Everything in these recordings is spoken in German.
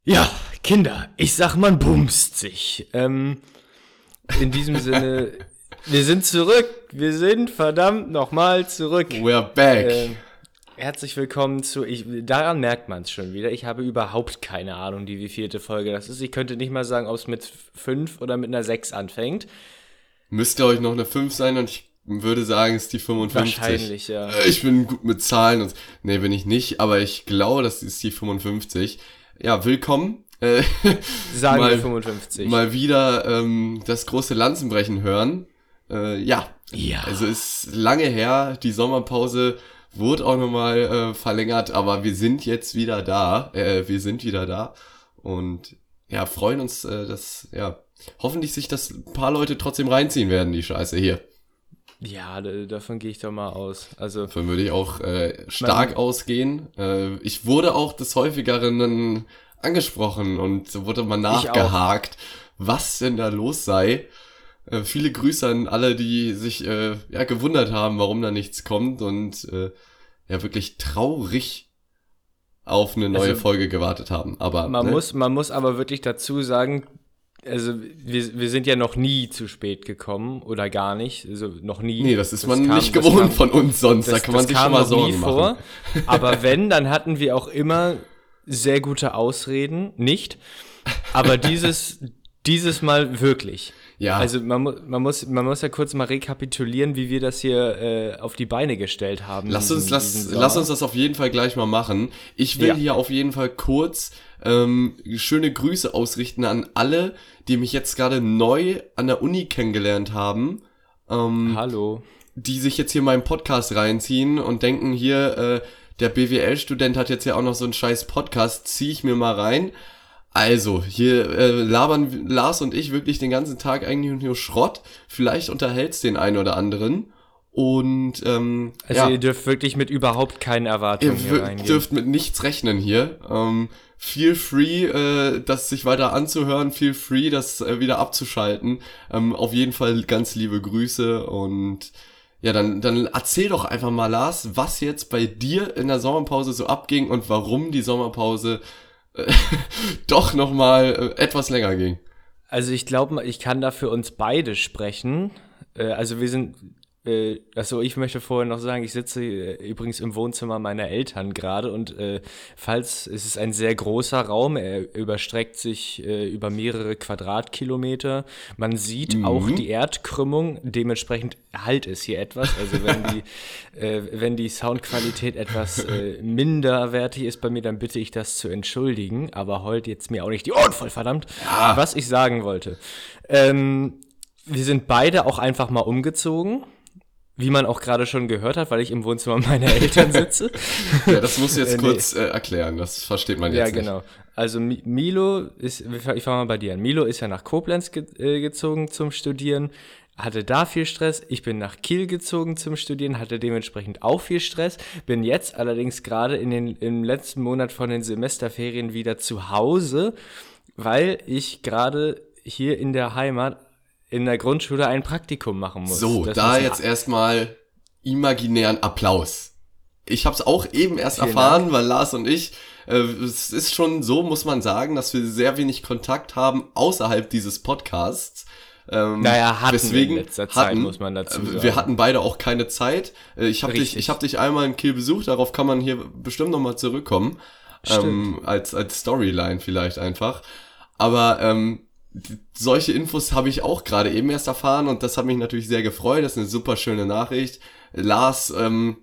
Ja, Kinder, ich sag, man bumst sich. In diesem Sinne, wir sind zurück. Wir sind verdammt nochmal zurück. We're back. Herzlich willkommen daran merkt man es schon wieder. Ich habe überhaupt keine Ahnung, die wievielte Folge das ist. Ich könnte nicht mal sagen, ob es mit 5 oder mit einer 6 anfängt. Müsste, glaube ich, noch eine 5 sein und ich würde sagen, es ist die 55. Wahrscheinlich, ja. Ich bin gut mit Zahlen und... Nee, bin ich nicht, aber ich glaube, das ist die 55. Ja, willkommen. Sagen wir 55. Mal wieder das große Lanzenbrechen hören. Ja, also ist lange her, die Sommerpause wurde auch nochmal verlängert, aber wir sind jetzt wieder da. Und ja, freuen uns, dass hoffentlich sich das ein paar Leute trotzdem reinziehen werden, die Scheiße hier. Ja, davon gehe ich doch mal aus. Also davon würde ich auch stark ausgehen. Ich wurde auch des Häufigeren angesprochen und wurde mal nachgehakt, was denn da los sei. Viele Grüße an alle, die sich gewundert haben, warum da nichts kommt und wirklich traurig auf eine neue Folge gewartet haben. Aber man muss aber wirklich dazu sagen, also wir sind ja noch nie zu spät gekommen oder gar nicht, also noch nie. Nee, das ist man nicht gewohnt von uns sonst, da kann man sich schon mal Sorgen machen. Aber wenn, dann hatten wir auch immer sehr gute Ausreden, nicht, aber dieses Mal wirklich. Ja. Also man muss ja kurz mal rekapitulieren, wie wir das hier auf die Beine gestellt haben. Lass uns das auf jeden Fall gleich mal machen. Ich will hier auf jeden Fall kurz schöne Grüße ausrichten an alle, die mich jetzt gerade neu an der Uni kennengelernt haben. Hallo. Die sich jetzt hier meinen Podcast reinziehen und denken, hier, der BWL-Student hat jetzt ja auch noch so einen scheiß Podcast, zieh ich mir mal rein. Also, hier labern Lars und ich wirklich den ganzen Tag eigentlich nur Schrott. Vielleicht unterhält's den einen oder anderen. Und ihr dürft wirklich mit überhaupt keinen Erwartungen hier reingehen. Ihr dürft mit nichts rechnen hier. Feel free, das sich weiter anzuhören. Feel free, das wieder abzuschalten. Auf jeden Fall ganz liebe Grüße. Und ja, dann erzähl doch einfach mal, Lars, was jetzt bei dir in der Sommerpause so abging und warum die Sommerpause doch nochmal etwas länger ging. Also ich glaube, ich kann da für uns beide sprechen. Also wir sind, ich möchte vorher noch sagen, ich sitze übrigens im Wohnzimmer meiner Eltern gerade und es ist ein sehr großer Raum, er überstreckt sich über mehrere Quadratkilometer. Man sieht auch die Erdkrümmung, dementsprechend halt es hier etwas. Also wenn die Soundqualität etwas minderwertig ist bei mir, dann bitte ich das zu entschuldigen, aber heult jetzt mir auch nicht die Ohren voll, verdammt. Ja. Was ich sagen wollte. Wir sind beide auch einfach mal umgezogen. Wie man auch gerade schon gehört hat, weil ich im Wohnzimmer meiner Eltern sitze. Ja, das musst du jetzt kurz erklären, das versteht man jetzt nicht. Ja, genau. Also Milo ich fange mal bei dir an. Milo ist ja nach Koblenz gezogen zum Studieren, hatte da viel Stress. Ich bin nach Kiel gezogen zum Studieren, hatte dementsprechend auch viel Stress. Bin jetzt allerdings gerade im letzten Monat von den Semesterferien wieder zu Hause, weil ich gerade hier in der Heimat in der Grundschule ein Praktikum machen muss. So, da jetzt erstmal imaginären Applaus. Ich habe es auch eben erst erfahren, weil Lars und ich, es ist schon so, muss man sagen, dass wir sehr wenig Kontakt haben außerhalb dieses Podcasts. Hatten wir in letzter Zeit, muss man dazu sagen. Wir hatten beide auch keine Zeit. Ich habe dich einmal in Kiel besucht, darauf kann man hier bestimmt nochmal zurückkommen. Als Storyline vielleicht einfach. Aber solche Infos habe ich auch gerade eben erst erfahren und das hat mich natürlich sehr gefreut. Das ist eine super schöne Nachricht. Lars,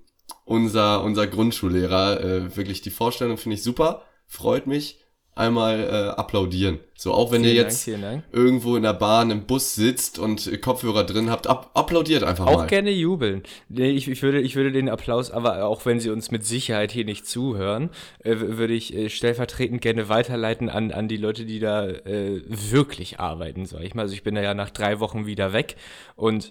unser Grundschullehrer, wirklich die Vorstellung finde ich super. Freut mich. Einmal applaudieren. So, auch wenn ihr jetzt irgendwo in der Bahn im Bus sitzt und Kopfhörer drin habt, applaudiert einfach mal. Auch gerne jubeln. Ich würde den Applaus, aber auch wenn sie uns mit Sicherheit hier nicht zuhören, würde ich stellvertretend gerne weiterleiten an die Leute, die da wirklich arbeiten, sag ich mal. Also ich bin da ja nach 3 Wochen wieder weg und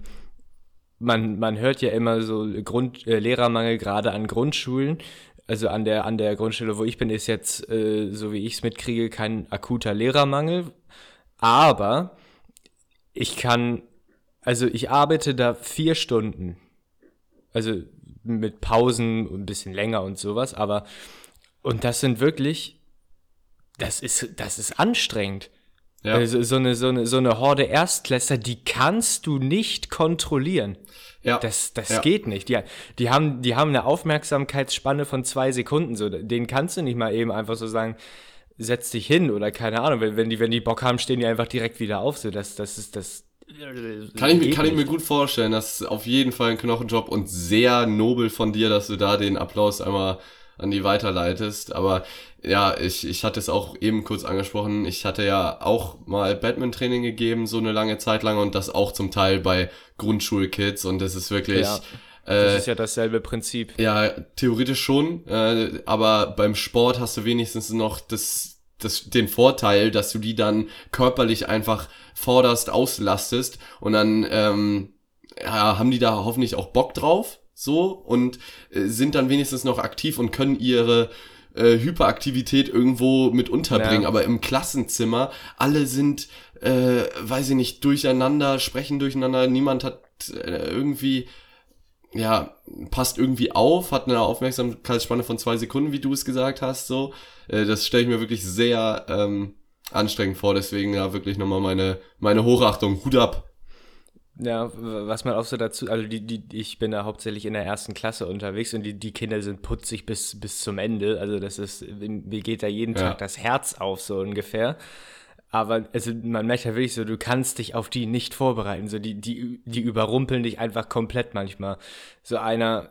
man hört ja immer so Lehrermangel gerade an Grundschulen. Also an der Grundschule, wo ich bin, ist jetzt, so wie ich es mitkriege, kein akuter Lehrermangel. Aber ich arbeite da 4 Stunden. Also mit Pausen ein bisschen länger und sowas. Und das sind wirklich das ist anstrengend. Ja. Also so eine Horde Erstklässler, die kannst du nicht kontrollieren. Ja. Das geht nicht. Die haben eine Aufmerksamkeitsspanne von 2 Sekunden. So, denen kannst du nicht mal eben einfach so sagen, setz dich hin oder keine Ahnung. Wenn die Bock haben, stehen die einfach direkt wieder auf. So, das ist das. Kann ich mir gut vorstellen. Das ist auf jeden Fall ein Knochenjob und sehr nobel von dir, dass du da den Applaus einmal an die weiterleitest. Aber ja, ich hatte es auch eben kurz angesprochen. Ich hatte ja auch mal Badminton-Training gegeben, so eine lange Zeit lang, und das auch zum Teil bei Grundschulkids, und das ist wirklich... Ja, das ist ja dasselbe Prinzip. Ja, theoretisch schon, aber beim Sport hast du wenigstens noch den Vorteil, dass du die dann körperlich einfach forderst, auslastest, und dann haben die da hoffentlich auch Bock drauf, so, und sind dann wenigstens noch aktiv und können ihre Hyperaktivität irgendwo mit unterbringen. Ja. Aber im Klassenzimmer, alle sind, weiß ich nicht, durcheinander, sprechen durcheinander, niemand hat irgendwie, ja, passt irgendwie auf, hat eine Aufmerksamkeitsspanne von 2 Sekunden, wie du es gesagt hast, so. Das stelle ich mir wirklich sehr anstrengend vor, deswegen ja wirklich nochmal meine Hochachtung, Hut ab. Ja, was man auch so dazu, also ich bin da hauptsächlich in der 1. Klasse unterwegs, und die Kinder sind putzig bis zum Ende, also mir geht da jeden Tag das Herz auf, so ungefähr. Aber also man merkt ja wirklich so, du kannst dich auf die nicht vorbereiten. So die überrumpeln dich einfach komplett manchmal. So einer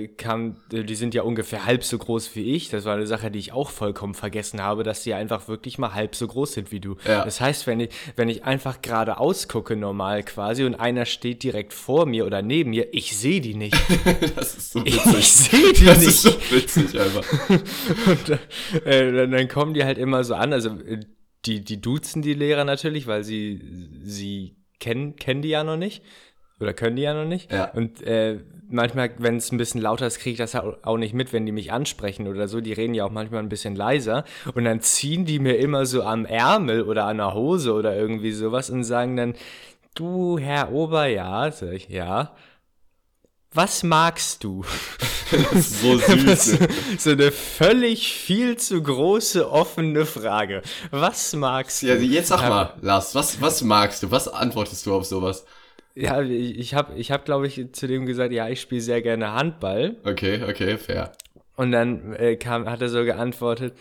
die sind ja ungefähr halb so groß wie ich. Das war eine Sache, die ich auch vollkommen vergessen habe, dass die einfach wirklich mal halb so groß sind wie du. Ja. Das heißt, wenn ich einfach geradeaus gucke normal quasi und einer steht direkt vor mir oder neben mir, ich sehe die nicht. Das ist so witzig. Ich sehe die nicht. Das ist so witzig einfach. Und dann kommen die halt immer so an, also die duzen die Lehrer natürlich, weil sie kennen die ja noch nicht oder können die ja noch nicht. Ja. Und manchmal, wenn es ein bisschen lauter ist, kriege ich das auch nicht mit, wenn die mich ansprechen oder so. Die reden ja auch manchmal ein bisschen leiser. Und dann ziehen die mir immer so am Ärmel oder an der Hose oder irgendwie sowas und sagen dann, du, Herr Oberjahr, sag ich, ja, was magst du? Das ist so süß. So eine völlig viel zu große offene Frage. Was magst du? Ja, jetzt sag mal, Lars, was magst du? Was antwortest du auf sowas? Ja, ich hab glaube ich, zu dem gesagt, ja, ich spiele sehr gerne Handball. Okay, fair. Und dann hat er so geantwortet,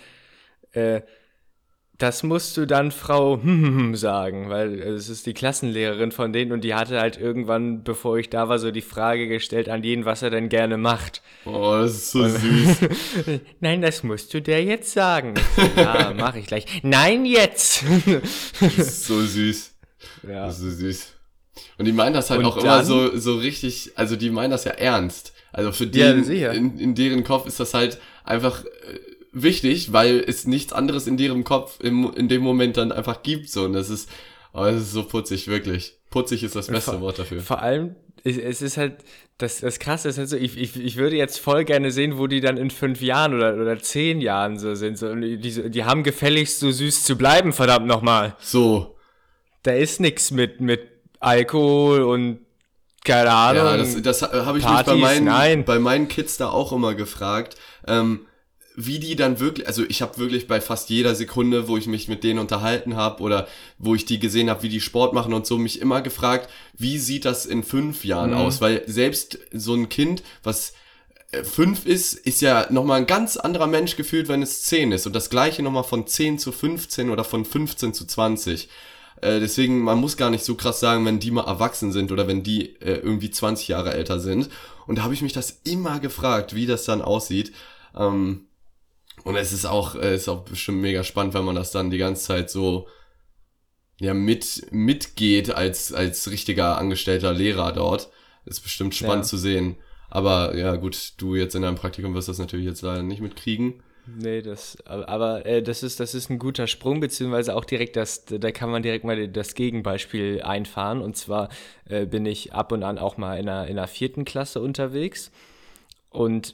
das musst du dann Frau sagen, weil es ist die Klassenlehrerin von denen, und die hatte halt irgendwann, bevor ich da war, so die Frage gestellt an jeden, was er denn gerne macht. Oh, das ist so süß. Nein, das musst du der jetzt sagen. Ja, mach ich gleich. Nein, jetzt! Das ist so süß. Ja. Das ist so süß. Und die meinen das halt auch immer so richtig, also die meinen das ja ernst. Also für den, in deren Kopf ist das halt einfach wichtig, weil es nichts anderes in deren Kopf in dem Moment dann einfach gibt, so, und das ist so putzig, wirklich. Putzig ist das beste Wort dafür. Vor allem, es ist halt, das Krasse ist halt so, ich würde jetzt voll gerne sehen, wo die dann in 5 Jahren oder 10 Jahren so sind, so, die haben gefälligst so süß zu bleiben, verdammt nochmal. So. Da ist nix mit Alkohol und keine Ahnung. Ja, das habe ich mich bei meinen Kids da auch immer gefragt, wie die dann wirklich, also ich habe wirklich bei fast jeder Sekunde, wo ich mich mit denen unterhalten habe oder wo ich die gesehen habe, wie die Sport machen und so, mich immer gefragt, wie sieht das in 5 Jahren aus? Weil selbst so ein Kind, was 5 ist ja nochmal ein ganz anderer Mensch gefühlt, wenn es 10 ist. Und das gleiche nochmal von 10 zu 15 oder von 15 zu 20. Deswegen, man muss gar nicht so krass sagen, wenn die mal erwachsen sind oder wenn die irgendwie 20 Jahre älter sind. Und da habe ich mich das immer gefragt, wie das dann aussieht. Und es ist auch bestimmt mega spannend, wenn man das dann die ganze Zeit so ja mitgeht als richtiger angestellter Lehrer dort. Das ist bestimmt spannend zu sehen. Aber ja gut, du jetzt in deinem Praktikum wirst das natürlich jetzt leider nicht mitkriegen. Nee, das ist ein guter Sprung, beziehungsweise auch direkt da kann man direkt mal das Gegenbeispiel einfahren. Und zwar bin ich ab und an auch mal in einer 4. Klasse unterwegs. Und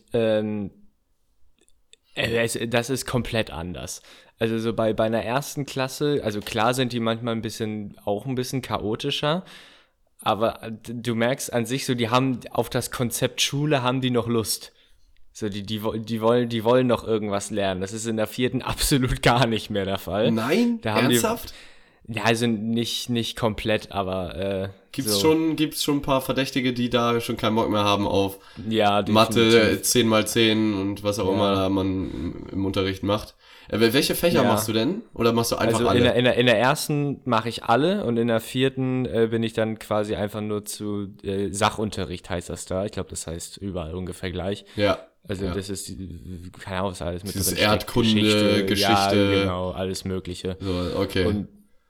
das ist komplett anders. Also so bei einer 1. Klasse, also klar sind die manchmal ein bisschen chaotischer, aber du merkst an sich so, die haben auf das Konzept Schule haben die noch Lust. So, die wollen noch irgendwas lernen. Das ist in der 4. absolut gar nicht mehr der Fall. Nein? Da haben ernsthaft? Ja, also nicht komplett, aber Gibt's schon ein paar Verdächtige, die da schon keinen Bock mehr haben auf Mathe, 10x10 und was auch immer da man im Unterricht macht. Welche Fächer machst du denn? Oder machst du einfach alle? In der 1. mache ich alle und in der 4. bin ich dann quasi einfach nur zu Sachunterricht, heißt das da. Ich glaube, das heißt überall ungefähr gleich. Ja. Also das ist, keine Ahnung, was alles mit drin steckt. Erdkunde, Geschichte. Ja, genau, alles Mögliche. So, okay. Und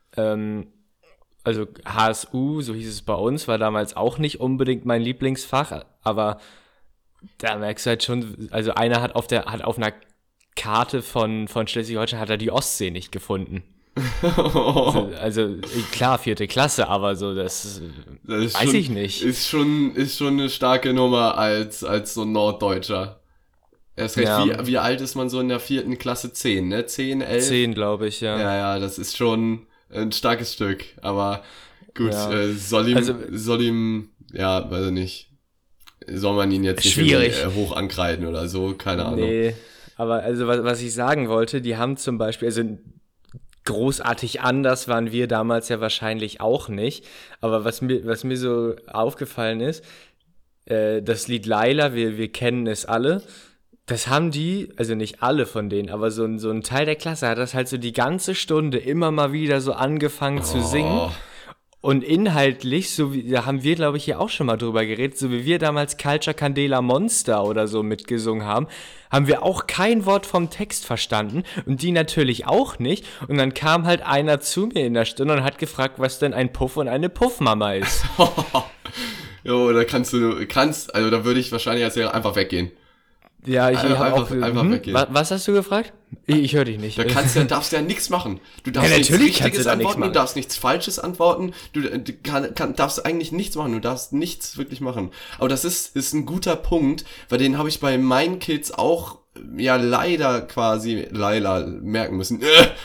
also HSU, so hieß es bei uns, war damals auch nicht unbedingt mein Lieblingsfach, aber da merkst du halt schon, also einer hat auf einer Karte von Schleswig-Holstein hat er die Ostsee nicht gefunden. Also klar, 4. Klasse, aber so, das weiß schon, ich nicht. Ist schon eine starke Nummer als so ein Norddeutscher. Erst recht, wie alt ist man so in der 4. Klasse? 10, ne? 10, 11? 10, glaube ich, ja. Ja, das ist schon ein starkes Stück, aber gut, soll ihm, ja, weiß ich nicht, soll man ihn jetzt nicht hoch ankreiden oder so, keine Ahnung. Nee, aber also was ich sagen wollte, die haben zum Beispiel, also großartig anders waren wir damals ja wahrscheinlich auch nicht, aber was mir so aufgefallen ist, das Lied Laila, wir kennen es alle. Das haben die, also nicht alle von denen, aber so ein Teil der Klasse hat das halt so die ganze Stunde immer mal wieder so angefangen zu singen. Und inhaltlich, da haben wir, glaube ich, hier auch schon mal drüber geredet, so wie wir damals Culture Candela Monster oder so mitgesungen haben wir auch kein Wort vom Text verstanden und die natürlich auch nicht. Und dann kam halt einer zu mir in der Stunde und hat gefragt, was denn ein Puff und eine Puffmama ist. Jo, da also da würde ich wahrscheinlich als Lehrer einfach weggehen. Ja, ich habe auch einfach weggehen. Was hast du gefragt? Ich höre dich nicht. Da darfst du ja nichts machen. Du darfst nichts Richtiges antworten, du darfst nichts Falsches antworten, du darfst eigentlich nichts machen, du darfst nichts wirklich machen. Aber das ist ein guter Punkt, weil den habe ich bei meinen Kids auch leider merken müssen.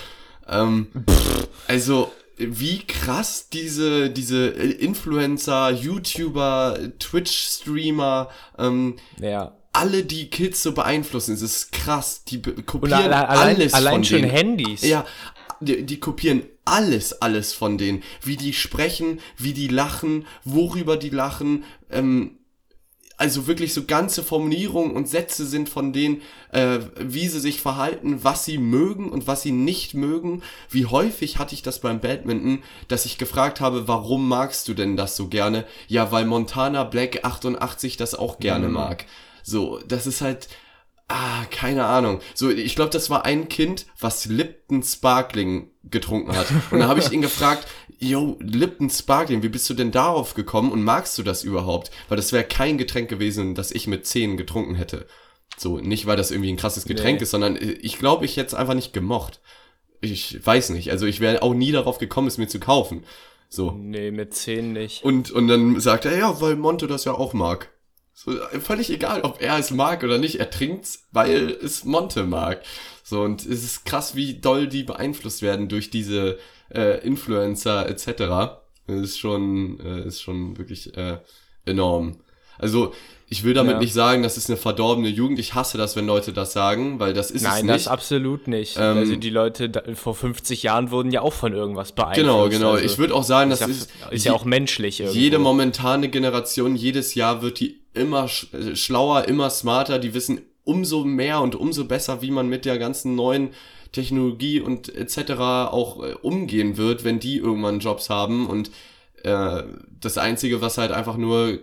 Also wie krass diese Influencer, YouTuber, Twitch-Streamer, alle die Kids so beeinflussen, es ist krass, die kopieren alles von denen. Allein schon Handys. Ja, die kopieren alles von denen, wie die sprechen, wie die lachen, worüber die lachen, also wirklich so ganze Formulierungen und Sätze sind von denen, wie sie sich verhalten, was sie mögen und was sie nicht mögen. Wie häufig hatte ich das beim Badminton, dass ich gefragt habe, warum magst du denn das so gerne? Ja, weil Montana Black 88 das auch gerne mag. So, das ist halt, keine Ahnung. So, ich glaube, das war ein Kind, was Lipton Sparkling getrunken hat. Und dann habe ich ihn gefragt, Lipton Sparkling, wie bist du denn darauf gekommen und magst du das überhaupt? Weil das wäre kein Getränk gewesen, das ich mit 10 getrunken hätte. So, nicht weil das irgendwie ein krasses Getränk ist, sondern ich glaube, ich hätte es einfach nicht gemocht. Ich weiß nicht, also ich wäre auch nie darauf gekommen, es mir zu kaufen. So. Nee, mit 10 nicht. Und dann sagt er, ja, weil Monte das ja auch mag. So, völlig egal, ob er es mag oder nicht, er trinkt's, weil es Monte mag. So, und es ist krass, wie doll die beeinflusst werden durch diese Influencer etc. Das ist schon wirklich enorm. Also, ich will damit nicht sagen, das ist eine verdorbene Jugend. Ich hasse das, wenn Leute das sagen, weil das ist es nicht. Nein, das absolut nicht. Also die Leute vor 50 Jahren wurden ja auch von irgendwas beeinflusst. Genau. Also ich würde auch sagen, das ist ja auch menschlich irgendwo. Jede momentane Generation, jedes Jahr wird die immer schlauer, immer smarter. Die wissen umso mehr und umso besser, wie man mit der ganzen neuen Technologie und etc. auch umgehen wird, wenn die irgendwann Jobs haben. Und das Einzige, was halt einfach nur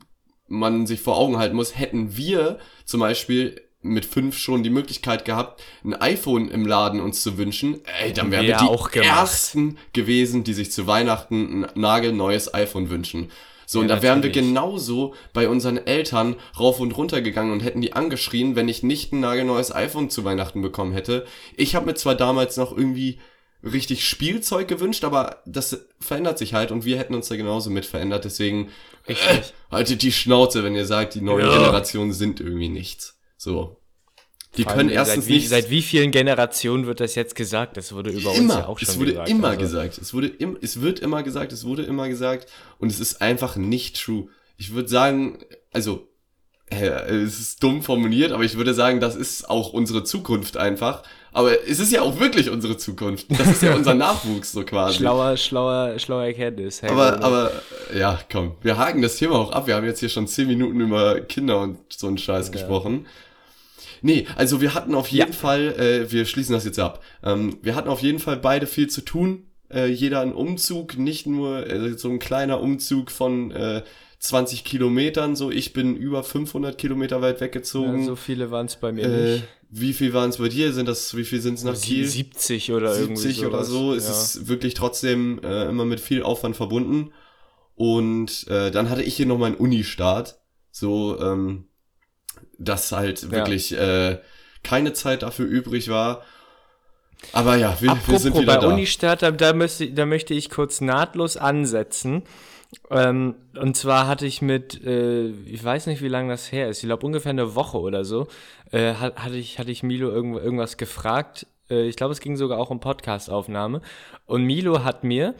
man sich vor Augen halten muss, hätten wir zum Beispiel mit 5 schon die Möglichkeit gehabt, ein iPhone im Laden uns zu wünschen, dann wären wir die Ersten gewesen, die sich zu Weihnachten ein nagelneues iPhone wünschen. So, und da wären wir genauso bei unseren Eltern rauf und runter gegangen und hätten die angeschrien, wenn ich nicht ein nagelneues iPhone zu Weihnachten bekommen hätte. Ich habe mir zwar damals noch irgendwie richtig Spielzeug gewünscht, aber das verändert sich halt und wir hätten uns da genauso mit verändert, deswegen haltet die Schnauze, wenn ihr sagt, die neuen Generationen sind irgendwie nichts. So. Die können erstens nicht... Seit wie vielen Generationen wird das jetzt gesagt? Das wurde über uns ja auch schon gesagt. Es wird immer gesagt und es ist einfach nicht true. Ich würde sagen, also es ist dumm formuliert, aber ich würde sagen, das ist auch unsere Zukunft einfach. Aber es ist ja auch wirklich unsere Zukunft. Das ist ja unser Nachwuchs so quasi. Schlauer Erkenntnis. Hey, aber, ja, komm, wir haken das Thema auch ab. Wir haben jetzt hier schon 10 Minuten über Kinder und so einen Scheiß gesprochen. Nee, also wir hatten auf jeden Fall, wir schließen das jetzt ab. Wir hatten auf jeden Fall beide viel zu tun. Jeder ein Umzug, nicht nur so ein kleiner Umzug von 20 Kilometern, so ich bin über 500 Kilometer weit weggezogen. Ja, so viele waren es bei mir nicht. Wie viel waren es bei dir? Wie viel sind es nach Kiel? 70 oder 70 irgendwie 70 oder so. Es ist wirklich trotzdem immer mit viel Aufwand verbunden. Und dann hatte ich hier noch meinen Uni-Start. So, dass halt wirklich keine Zeit dafür übrig war. Aber ja, wir sind wieder da. Bei Uni-Start, da möchte ich kurz nahtlos ansetzen. Und zwar hatte ich ich weiß nicht, wie lange das her ist, ich glaube ungefähr eine Woche oder so, hatte ich Milo irgendwas gefragt. Ich glaube, es ging sogar auch um Podcast-Aufnahme. Und Milo hat mir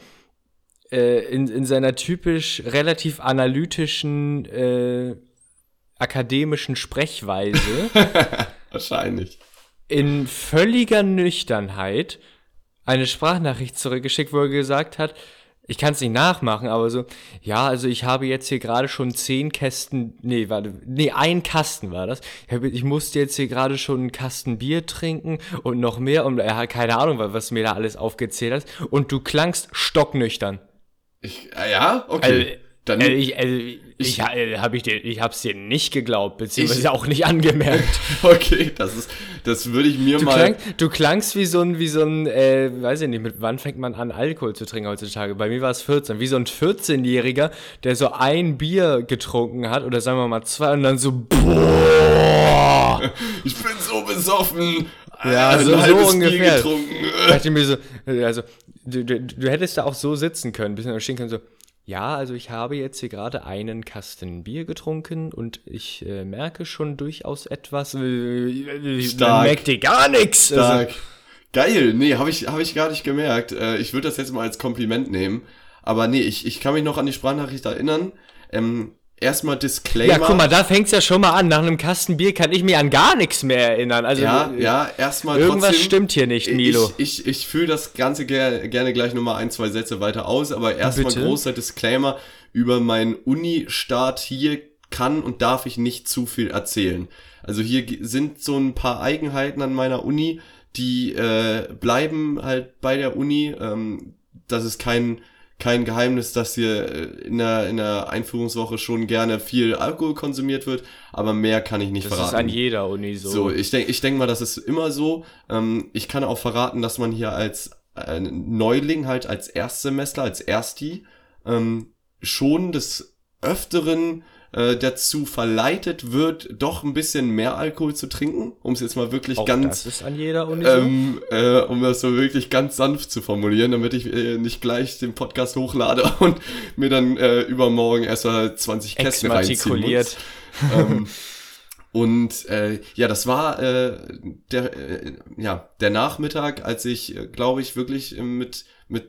in seiner typisch relativ analytischen, akademischen Sprechweise wahrscheinlich in völliger Nüchternheit eine Sprachnachricht zurückgeschickt, wo er gesagt hat, ich kann es nicht nachmachen, aber so, ja, also ich habe jetzt hier gerade schon 10 Kästen, ein Kasten war das. Ich musste jetzt hier gerade schon einen Kasten Bier trinken und noch mehr und er hat keine Ahnung, was mir da alles aufgezählt hat. Und du klangst stocknüchtern. Ja, okay. Dann ich hab's dir nicht geglaubt, beziehungsweise auch nicht angemerkt. Okay, das würde ich mir Du klangst wie so ein, weiß ich nicht, mit wann fängt man an, Alkohol zu trinken heutzutage? Bei mir war es 14, wie so ein 14-Jähriger, der so ein Bier getrunken hat, oder sagen wir mal 2, und dann so, boah! Ich bin so besoffen! Ja, so ungefähr. Da dachte ich mir so, also, du hättest da auch so sitzen können, bisschen stehen können, so, ja, also ich habe jetzt hier gerade einen Kasten Bier getrunken und ich merke schon durchaus etwas. Man merkt dir gar nichts. Stark. Also, geil, nee, hab ich gar nicht gemerkt. Ich würde das jetzt mal als Kompliment nehmen. Aber nee, ich kann mich noch an die Sprachnachricht erinnern. Erstmal Disclaimer. Ja, guck mal, da fängt's ja schon mal an. Nach einem Kasten Bier kann ich mich an gar nichts mehr erinnern. Also ja, erstmal irgendwas trotzdem, stimmt hier nicht, Milo. Ich fühle das Ganze gerne gleich nochmal 1, 2 Sätze weiter aus, aber erstmal großer Disclaimer. Über meinen Uni-Start hier kann und darf ich nicht zu viel erzählen. Also hier sind so ein paar Eigenheiten an meiner Uni, die bleiben halt bei der Uni. Das ist kein Geheimnis, dass hier in der Einführungswoche schon gerne viel Alkohol konsumiert wird, aber mehr kann ich nicht verraten. Das ist an jeder Uni so. So, ich denk mal, das ist immer so. Ich kann auch verraten, dass man hier als Neuling halt als Erstsemestler, als Ersti, schon des Öfteren dazu verleitet wird, doch ein bisschen mehr Alkohol zu trinken, um es jetzt mal wirklich auch ganz... Das ist an jeder Uni so. Um das so wirklich ganz sanft zu formulieren, damit ich nicht gleich den Podcast hochlade und mir dann übermorgen erstmal 20 Kästen reinziehen muss. Und das war der Nachmittag, als ich, glaube ich, wirklich mit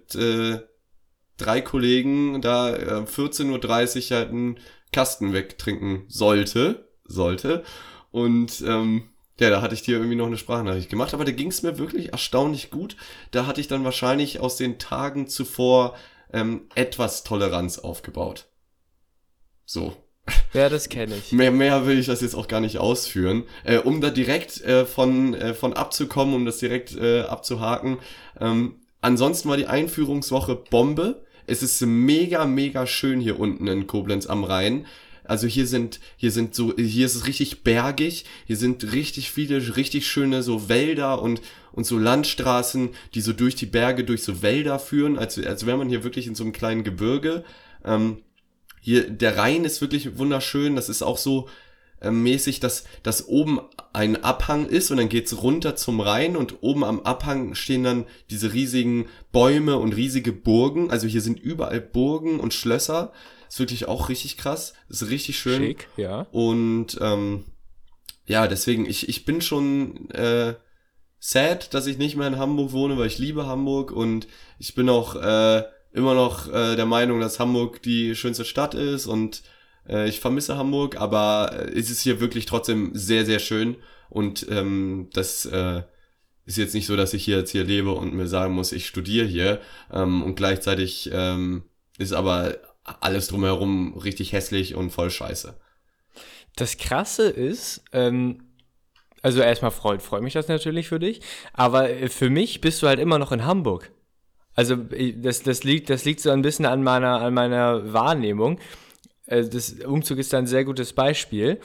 3 Kollegen da 14:30 Uhr halt einen Kasten wegtrinken sollte. Und da hatte ich dir irgendwie noch eine Sprachnachricht gemacht, aber da ging es mir wirklich erstaunlich gut. Da hatte ich dann wahrscheinlich aus den Tagen zuvor etwas Toleranz aufgebaut. So. Ja, das kenne ich. Mehr will ich das jetzt auch gar nicht ausführen. Um da direkt von abzukommen, um das direkt abzuhaken. Ansonsten war die Einführungswoche Bombe. Es ist mega, mega schön hier unten in Koblenz am Rhein. Also hier ist es richtig bergig. Hier sind richtig viele, richtig schöne so Wälder und so Landstraßen, die so durch die Berge, durch so Wälder führen, als wäre man hier wirklich in so einem kleinen Gebirge. Hier, der Rhein ist wirklich wunderschön. Das ist auch so mäßig, dass oben ein Abhang ist und dann geht's runter zum Rhein und oben am Abhang stehen dann diese riesigen Bäume und riesige Burgen. Also hier sind überall Burgen und Schlösser. Ist wirklich auch richtig krass. Ist richtig schön. Schick, ja. Und deswegen, ich bin schon sad, dass ich nicht mehr in Hamburg wohne, weil ich liebe Hamburg und ich bin auch immer noch der Meinung, dass Hamburg die schönste Stadt ist und Ich vermisse Hamburg, aber es ist hier wirklich trotzdem sehr, sehr schön. Und das ist jetzt nicht so, dass ich jetzt hier lebe und mir sagen muss, ich studiere hier. Und gleichzeitig ist aber alles drumherum richtig hässlich und voll scheiße. Das Krasse ist, also erstmal freut mich das natürlich für dich, aber für mich bist du halt immer noch in Hamburg. Also das liegt so ein bisschen an meiner Wahrnehmung. Das Umzug ist da ein sehr gutes Beispiel.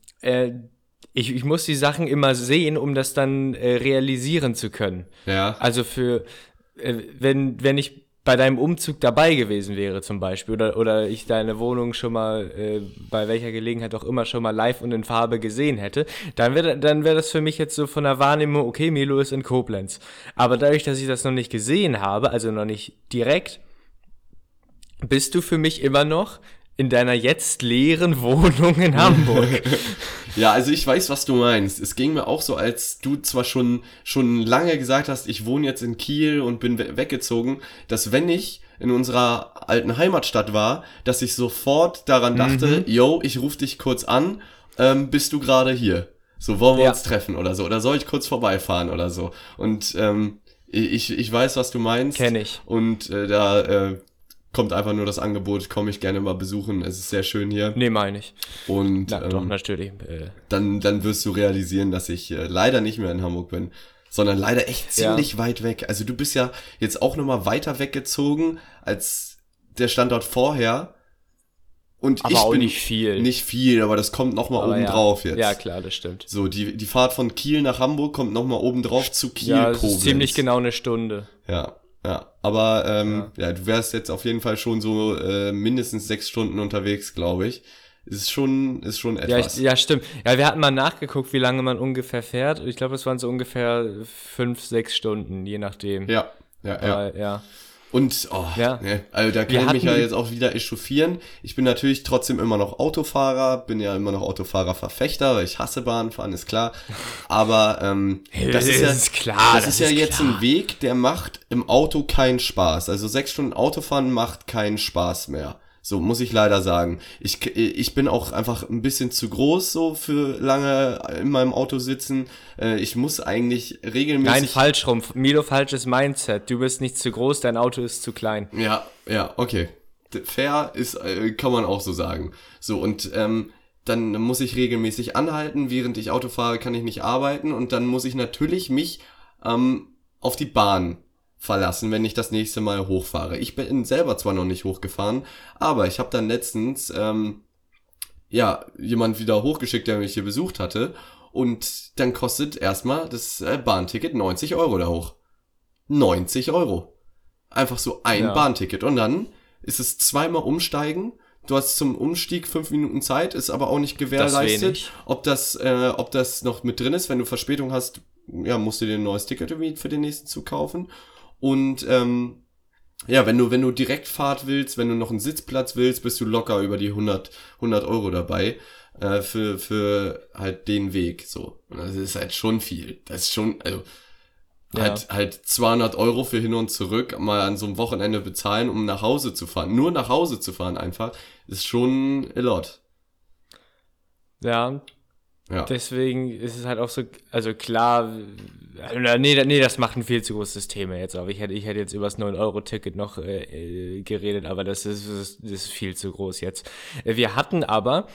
Ich muss die Sachen immer sehen, um das dann realisieren zu können. Ja. Also wenn ich bei deinem Umzug dabei gewesen wäre zum Beispiel oder ich deine Wohnung schon mal bei welcher Gelegenheit auch immer schon mal live und in Farbe gesehen hätte, dann wär das für mich jetzt so von der Wahrnehmung, okay, Milo ist in Koblenz. Aber dadurch, dass ich das noch nicht gesehen habe, also noch nicht direkt, bist du für mich immer noch in deiner jetzt leeren Wohnung in Hamburg. Ja, also ich weiß, was du meinst. Es ging mir auch so, als du zwar schon lange gesagt hast, ich wohne jetzt in Kiel und bin weggezogen, dass wenn ich in unserer alten Heimatstadt war, dass ich sofort daran dachte, yo, ich rufe dich kurz an, bist du gerade hier? So, wollen wir uns treffen oder so? Oder soll ich kurz vorbeifahren oder so? Und ich weiß, was du meinst. Kenn ich. Und da kommt einfach nur das Angebot, komme ich gerne mal besuchen, es ist sehr schön hier. Nee, meine ich. Und doch, natürlich. Dann wirst du realisieren, dass ich leider nicht mehr in Hamburg bin, sondern leider echt ziemlich weit weg. Also du bist ja jetzt auch nochmal weiter weggezogen als der Standort vorher. Und aber ich auch bin nicht viel. Nicht viel, aber das kommt nochmal oben drauf jetzt. Ja, klar, das stimmt. So, die Fahrt von Kiel nach Hamburg kommt nochmal oben drauf zu Kiel, ja, das Koblenz. ist ziemlich genau eine Stunde. Ja, aber du wärst jetzt auf jeden Fall schon so mindestens 6 Stunden unterwegs, glaube ich. Ist schon etwas. Ja, stimmt. Ja, wir hatten mal nachgeguckt, wie lange man ungefähr fährt. Ich glaube, es waren so ungefähr 5-6 Stunden, je nachdem. Ja. Ja. Und, also da kann ich mich ja jetzt auch wieder echauffieren. Ich bin natürlich trotzdem immer noch Autofahrer, bin ja immer noch Autofahrerverfechter, weil ich hasse Bahnfahren, ist klar. Aber das ist klar. Das ist ja jetzt ein Weg, der macht im Auto keinen Spaß. Also 6 Stunden Autofahren macht keinen Spaß mehr. So, muss ich leider sagen. Ich bin auch einfach ein bisschen zu groß so für lange in meinem Auto sitzen. Ich muss eigentlich regelmäßig... Nein, falsch rum. Milo, falsches Mindset. Du bist nicht zu groß, dein Auto ist zu klein. Ja, okay. Fair ist, kann man auch so sagen. So, und dann muss ich regelmäßig anhalten. Während ich Auto fahre, kann ich nicht arbeiten. Und dann muss ich natürlich mich auf die Bahn verlassen, wenn ich das nächste Mal hochfahre. Ich bin selber zwar noch nicht hochgefahren, aber ich habe dann letztens jemand wieder hochgeschickt, der mich hier besucht hatte, und dann kostet erstmal das Bahnticket 90 € da hoch. 90 €. Einfach so ein Bahnticket. Und dann ist es zweimal umsteigen. Du hast zum Umstieg 5 Minuten Zeit, ist aber auch nicht gewährleistet, ob das noch mit drin ist. Wenn du Verspätung hast, musst du dir ein neues Ticket irgendwie für den nächsten Zug kaufen. Und wenn du Direktfahrt willst, wenn du noch einen Sitzplatz willst, bist du locker über die 100 € dabei für halt den Weg. So, und das ist halt schon viel. Das ist schon, also halt 200 € für hin und zurück mal an so einem Wochenende bezahlen, um nach Hause zu fahren. Nur nach Hause zu fahren einfach, ist schon a lot. Ja. Deswegen ist es halt auch so, also klar, nee, das macht ein viel zu großes Thema jetzt, aber ich hätte jetzt über das 9-€-Ticket noch geredet, aber das ist viel zu groß jetzt. Wir hatten aber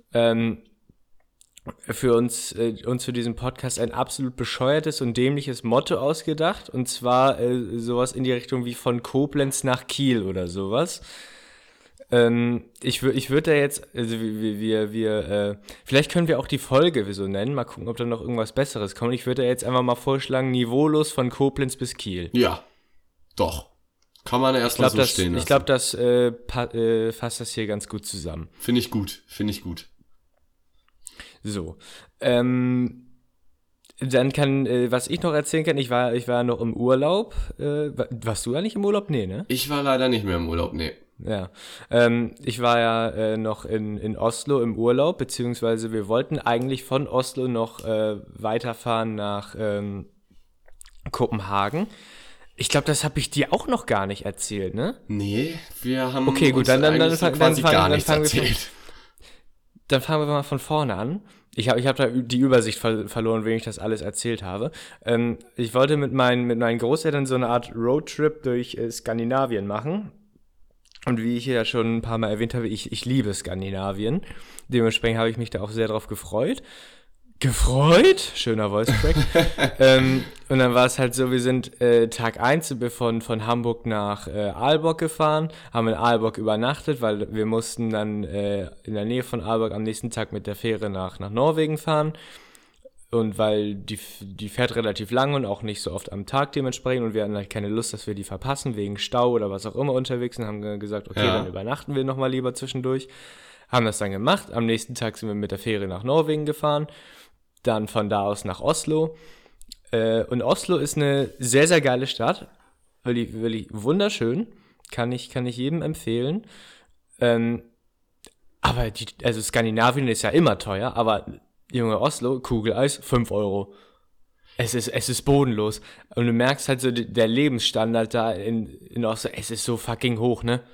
für uns für diesen Podcast ein absolut bescheuertes und dämliches Motto ausgedacht, und zwar sowas in die Richtung wie von Koblenz nach Kiel oder sowas. Ich würde da jetzt, also vielleicht können wir auch die Folge so nennen, mal gucken, ob da noch irgendwas Besseres kommt. Ich würde da jetzt einfach mal vorschlagen, niveaulos von Koblenz bis Kiel. Ja, doch. Kann man erstmal so stehen lassen. Ich glaube, das fasst das hier ganz gut zusammen. Finde ich gut. So, dann was ich noch erzählen kann, ich war noch im Urlaub. Warst du ja nicht im Urlaub? Nee, ne? Ich war leider nicht mehr im Urlaub, nee. Ja, ich war ja noch in Oslo im Urlaub, beziehungsweise wir wollten eigentlich von Oslo noch weiterfahren nach Kopenhagen. Ich glaube, das habe ich dir auch noch gar nicht erzählt, ne? Nee, wir haben okay, gut, dann fangen wir dann fangen wir mal von vorne an. Ich hab da die Übersicht verloren, wenn ich das alles erzählt habe. Ich wollte mit meinen Großeltern so eine Art Roadtrip durch Skandinavien machen. Und wie ich ja schon ein paar Mal erwähnt habe, ich liebe Skandinavien. Dementsprechend habe ich mich da auch sehr drauf gefreut. Schöner Voice-Track. Und dann war es halt so, wir sind Tag 1 sind wir von Hamburg nach Aalborg gefahren, haben in Aalborg übernachtet, weil wir mussten dann in der Nähe von Aalborg am nächsten Tag mit der Fähre nach Norwegen fahren. Und weil die fährt relativ lang und auch nicht so oft am Tag dementsprechend und wir hatten halt keine Lust, dass wir die verpassen, wegen Stau oder was auch immer unterwegs und haben gesagt, okay, dann übernachten wir nochmal lieber zwischendurch. Haben das dann gemacht. Am nächsten Tag sind wir mit der Fähre nach Norwegen gefahren. Dann von da aus nach Oslo. Und Oslo ist eine sehr, sehr geile Stadt. Wirklich wunderschön. Kann ich jedem empfehlen. Aber also Skandinavien ist ja immer teuer, aber Junge, Oslo, Kugeleis, 5 Euro. Es ist bodenlos. Und du merkst halt so, der Lebensstandard da in Oslo, es ist so fucking hoch, ne?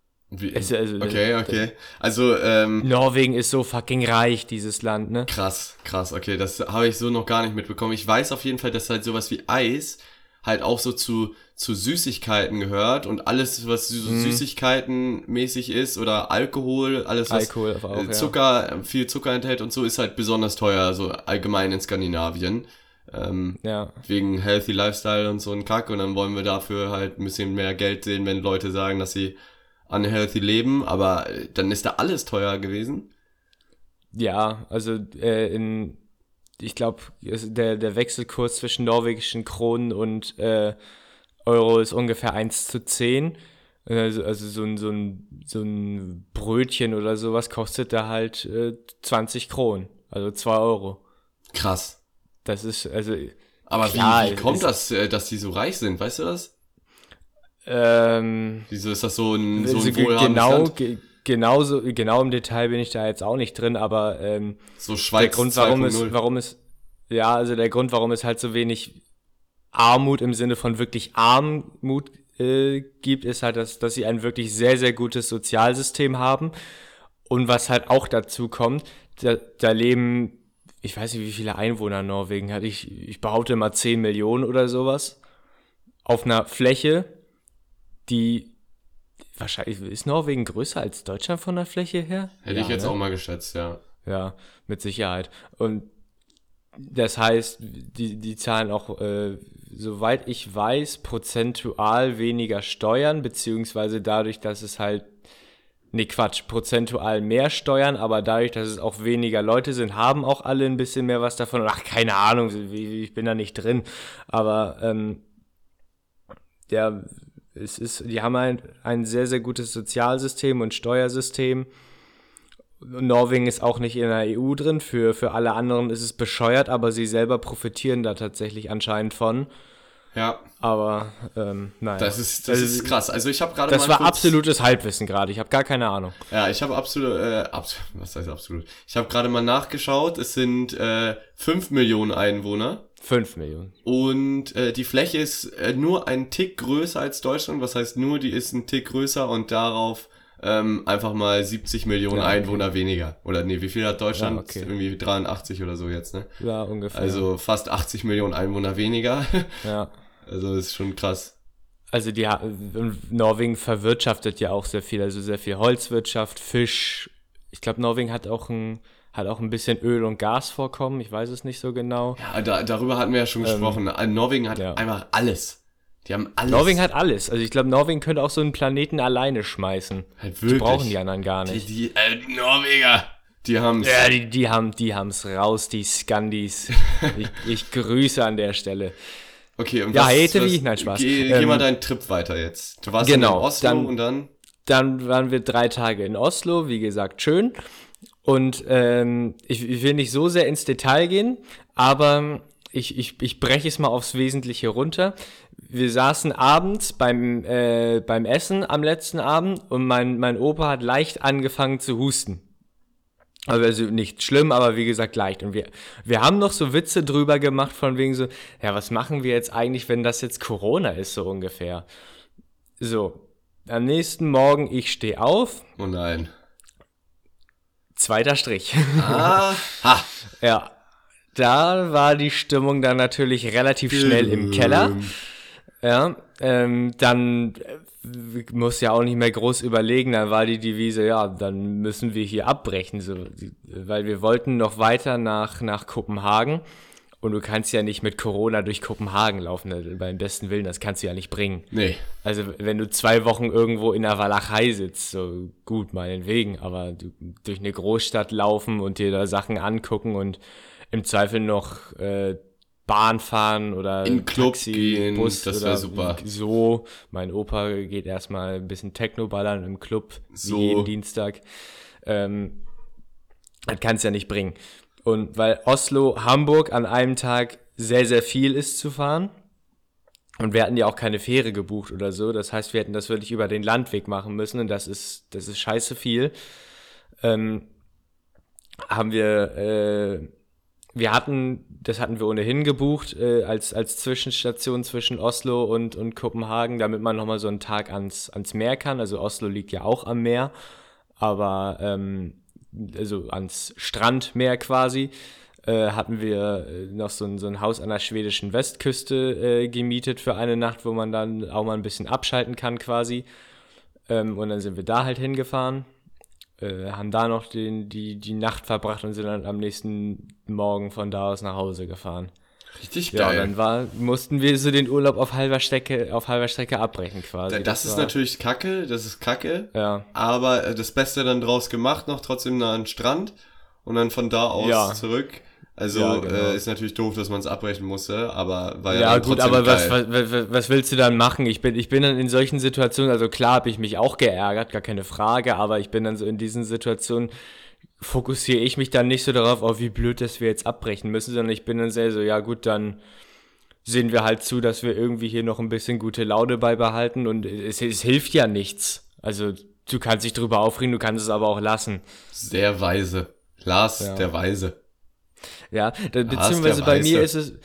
Okay. Also, Norwegen ist so fucking reich, dieses Land, ne? Krass, okay, das habe ich so noch gar nicht mitbekommen. Ich weiß auf jeden Fall, dass halt sowas wie Eis halt auch so zu Süßigkeiten gehört und alles, was so Süßigkeiten mäßig ist oder Alkohol, alles was auch, Zucker, viel Zucker enthält und so, ist halt besonders teuer, so allgemein in Skandinavien. Wegen Healthy Lifestyle und so ein Kack und dann wollen wir dafür halt ein bisschen mehr Geld sehen, wenn Leute sagen, dass sie unhealthy leben, aber dann ist da alles teuer gewesen. Ja, also ich glaube, der Wechselkurs zwischen norwegischen Kronen und Euro ist ungefähr 1:10. Also so ein Brötchen oder sowas kostet da halt 20 Kronen, also 2 Euro. Krass. Das ist, also... Aber klar, wie kommt das, dass die so reich sind, weißt du das? Wieso ist das so ein wohlhabendes Land? Genau im Detail bin ich da jetzt auch nicht drin, aber so Schweiz, der Grund, der Grund, warum es halt so wenig Armut im Sinne von wirklich Armut gibt, ist halt, dass sie ein wirklich sehr, sehr gutes Sozialsystem haben. Und was halt auch dazu kommt, da leben, ich weiß nicht, wie viele Einwohner Norwegen hat. Ich behaupte mal 10 Millionen oder sowas. Auf einer Fläche, die wahrscheinlich, ist Norwegen größer als Deutschland von der Fläche her? Hätte ich jetzt auch mal geschätzt, ja. Ja, mit Sicherheit. Und das heißt, die zahlen auch, soweit ich weiß, prozentual weniger Steuern, beziehungsweise dadurch, dass es halt, prozentual mehr Steuern, aber dadurch, dass es auch weniger Leute sind, haben auch alle ein bisschen mehr was davon. Ach, keine Ahnung, ich bin da nicht drin. Aber, die haben ein sehr, sehr gutes Sozialsystem und Steuersystem. Norwegen ist auch nicht in der EU drin. Für alle anderen ist es bescheuert, aber sie selber profitieren da tatsächlich anscheinend von. Ja. Aber, naja. Das ist krass. Also ich habe gerade Das war absolutes Halbwissen gerade. Ich habe gar keine Ahnung. Ja, ich habe was heißt absolut? Ich habe gerade mal nachgeschaut. Es sind 5 Millionen Einwohner. 5 Millionen. Und die Fläche ist nur ein Tick größer als Deutschland. Was heißt nur, die ist ein Tick größer und darauf einfach mal 70 Millionen Einwohner weniger. Oder nee, wie viel hat Deutschland? Ja, okay. Irgendwie 83 oder so jetzt, ne? Ja, ungefähr. Also fast 80 Millionen Einwohner weniger. Ja. Also das ist schon krass. Also Norwegen verwirtschaftet ja auch sehr viel. Also sehr viel Holzwirtschaft, Fisch. Ich glaube, Norwegen hat auch ein bisschen Öl- und Gasvorkommen. Ich weiß es nicht so genau. Ja, darüber hatten wir ja schon gesprochen. Norwegen hat einfach alles. Die haben alles. Norwegen hat alles. Also ich glaube, Norwegen könnte auch so einen Planeten alleine schmeißen. Halt wirklich. Die brauchen die anderen gar nicht. Die Norweger, die haben's. Ja, die haben's raus, die Skandis. ich grüße an der Stelle. Okay, und Nein, Spaß. Geh mal deinen Trip weiter jetzt. Du warst in Oslo und dann? Dann waren wir 3 Tage in Oslo, wie gesagt, schön. Und ich will nicht so sehr ins Detail gehen, aber ich breche es mal aufs Wesentliche runter. Wir saßen abends beim Essen am letzten Abend und mein Opa hat leicht angefangen zu husten. Also nicht schlimm, aber wie gesagt leicht. Und wir haben noch so Witze drüber gemacht von wegen so, ja, was machen wir jetzt eigentlich, wenn das jetzt Corona ist, so ungefähr. So, am nächsten Morgen, ich stehe auf. Oh nein. Zweiter Strich. Aha. Ja, da war die Stimmung dann natürlich relativ schnell im Keller. Ja, dann muss ja auch nicht mehr groß überlegen, dann war die Devise, ja, dann müssen wir hier abbrechen, so, weil wir wollten noch weiter nach Kopenhagen und du kannst ja nicht mit Corona durch Kopenhagen laufen, beim besten Willen, das kannst du ja nicht bringen. Nee. Also wenn du 2 Wochen irgendwo in der Walachei sitzt, so gut, meinetwegen, aber durch eine Großstadt laufen und dir da Sachen angucken und im Zweifel noch Bahn fahren oder in Club Taxi, gehen, Bus das oder wäre super. So. Mein Opa geht erstmal ein bisschen Techno ballern im Club, So. wie jeden Dienstag. Das kann's ja nicht bringen. Und weil Oslo, Hamburg an einem Tag sehr, sehr viel ist zu fahren und wir hatten ja auch keine Fähre gebucht oder so, das heißt, wir hätten das wirklich über den Landweg machen müssen und das ist scheiße viel. Haben wir das hatten wir ohnehin gebucht, als Zwischenstation zwischen Oslo und Kopenhagen, damit man nochmal so einen Tag ans Meer kann. Also Oslo liegt ja auch am Meer, aber also ans Strandmeer quasi, hatten wir noch so ein Haus an der schwedischen Westküste gemietet für eine Nacht, wo man dann auch mal ein bisschen abschalten kann quasi. Und dann sind wir da halt hingefahren. Haben da noch die Nacht verbracht und sind dann am nächsten Morgen von da aus nach Hause gefahren. Richtig geil. Ja, dann mussten wir so den Urlaub auf halber Strecke abbrechen quasi. Das ist natürlich Kacke, Ja. Aber das Beste dann draus gemacht, noch trotzdem nah an den Strand und dann von da aus zurück. Also ja, genau. Ist natürlich doof, dass man es abbrechen musste, aber war ja, ja dann gut, trotzdem aber geil. was willst du dann machen? Ich bin dann in solchen Situationen, also klar habe ich mich auch geärgert, gar keine Frage, aber ich bin dann so in diesen Situationen, fokussiere ich mich dann nicht so darauf, wie blöd, dass wir jetzt abbrechen müssen, sondern ich bin dann sehr so, ja gut, dann sehen wir halt zu, dass wir irgendwie hier noch ein bisschen gute Laune beibehalten und es hilft ja nichts. Also du kannst dich drüber aufregen, du kannst es aber auch lassen. Sehr weise. Lars, Ja. Der Weise. Ja, beziehungsweise bei mir ist es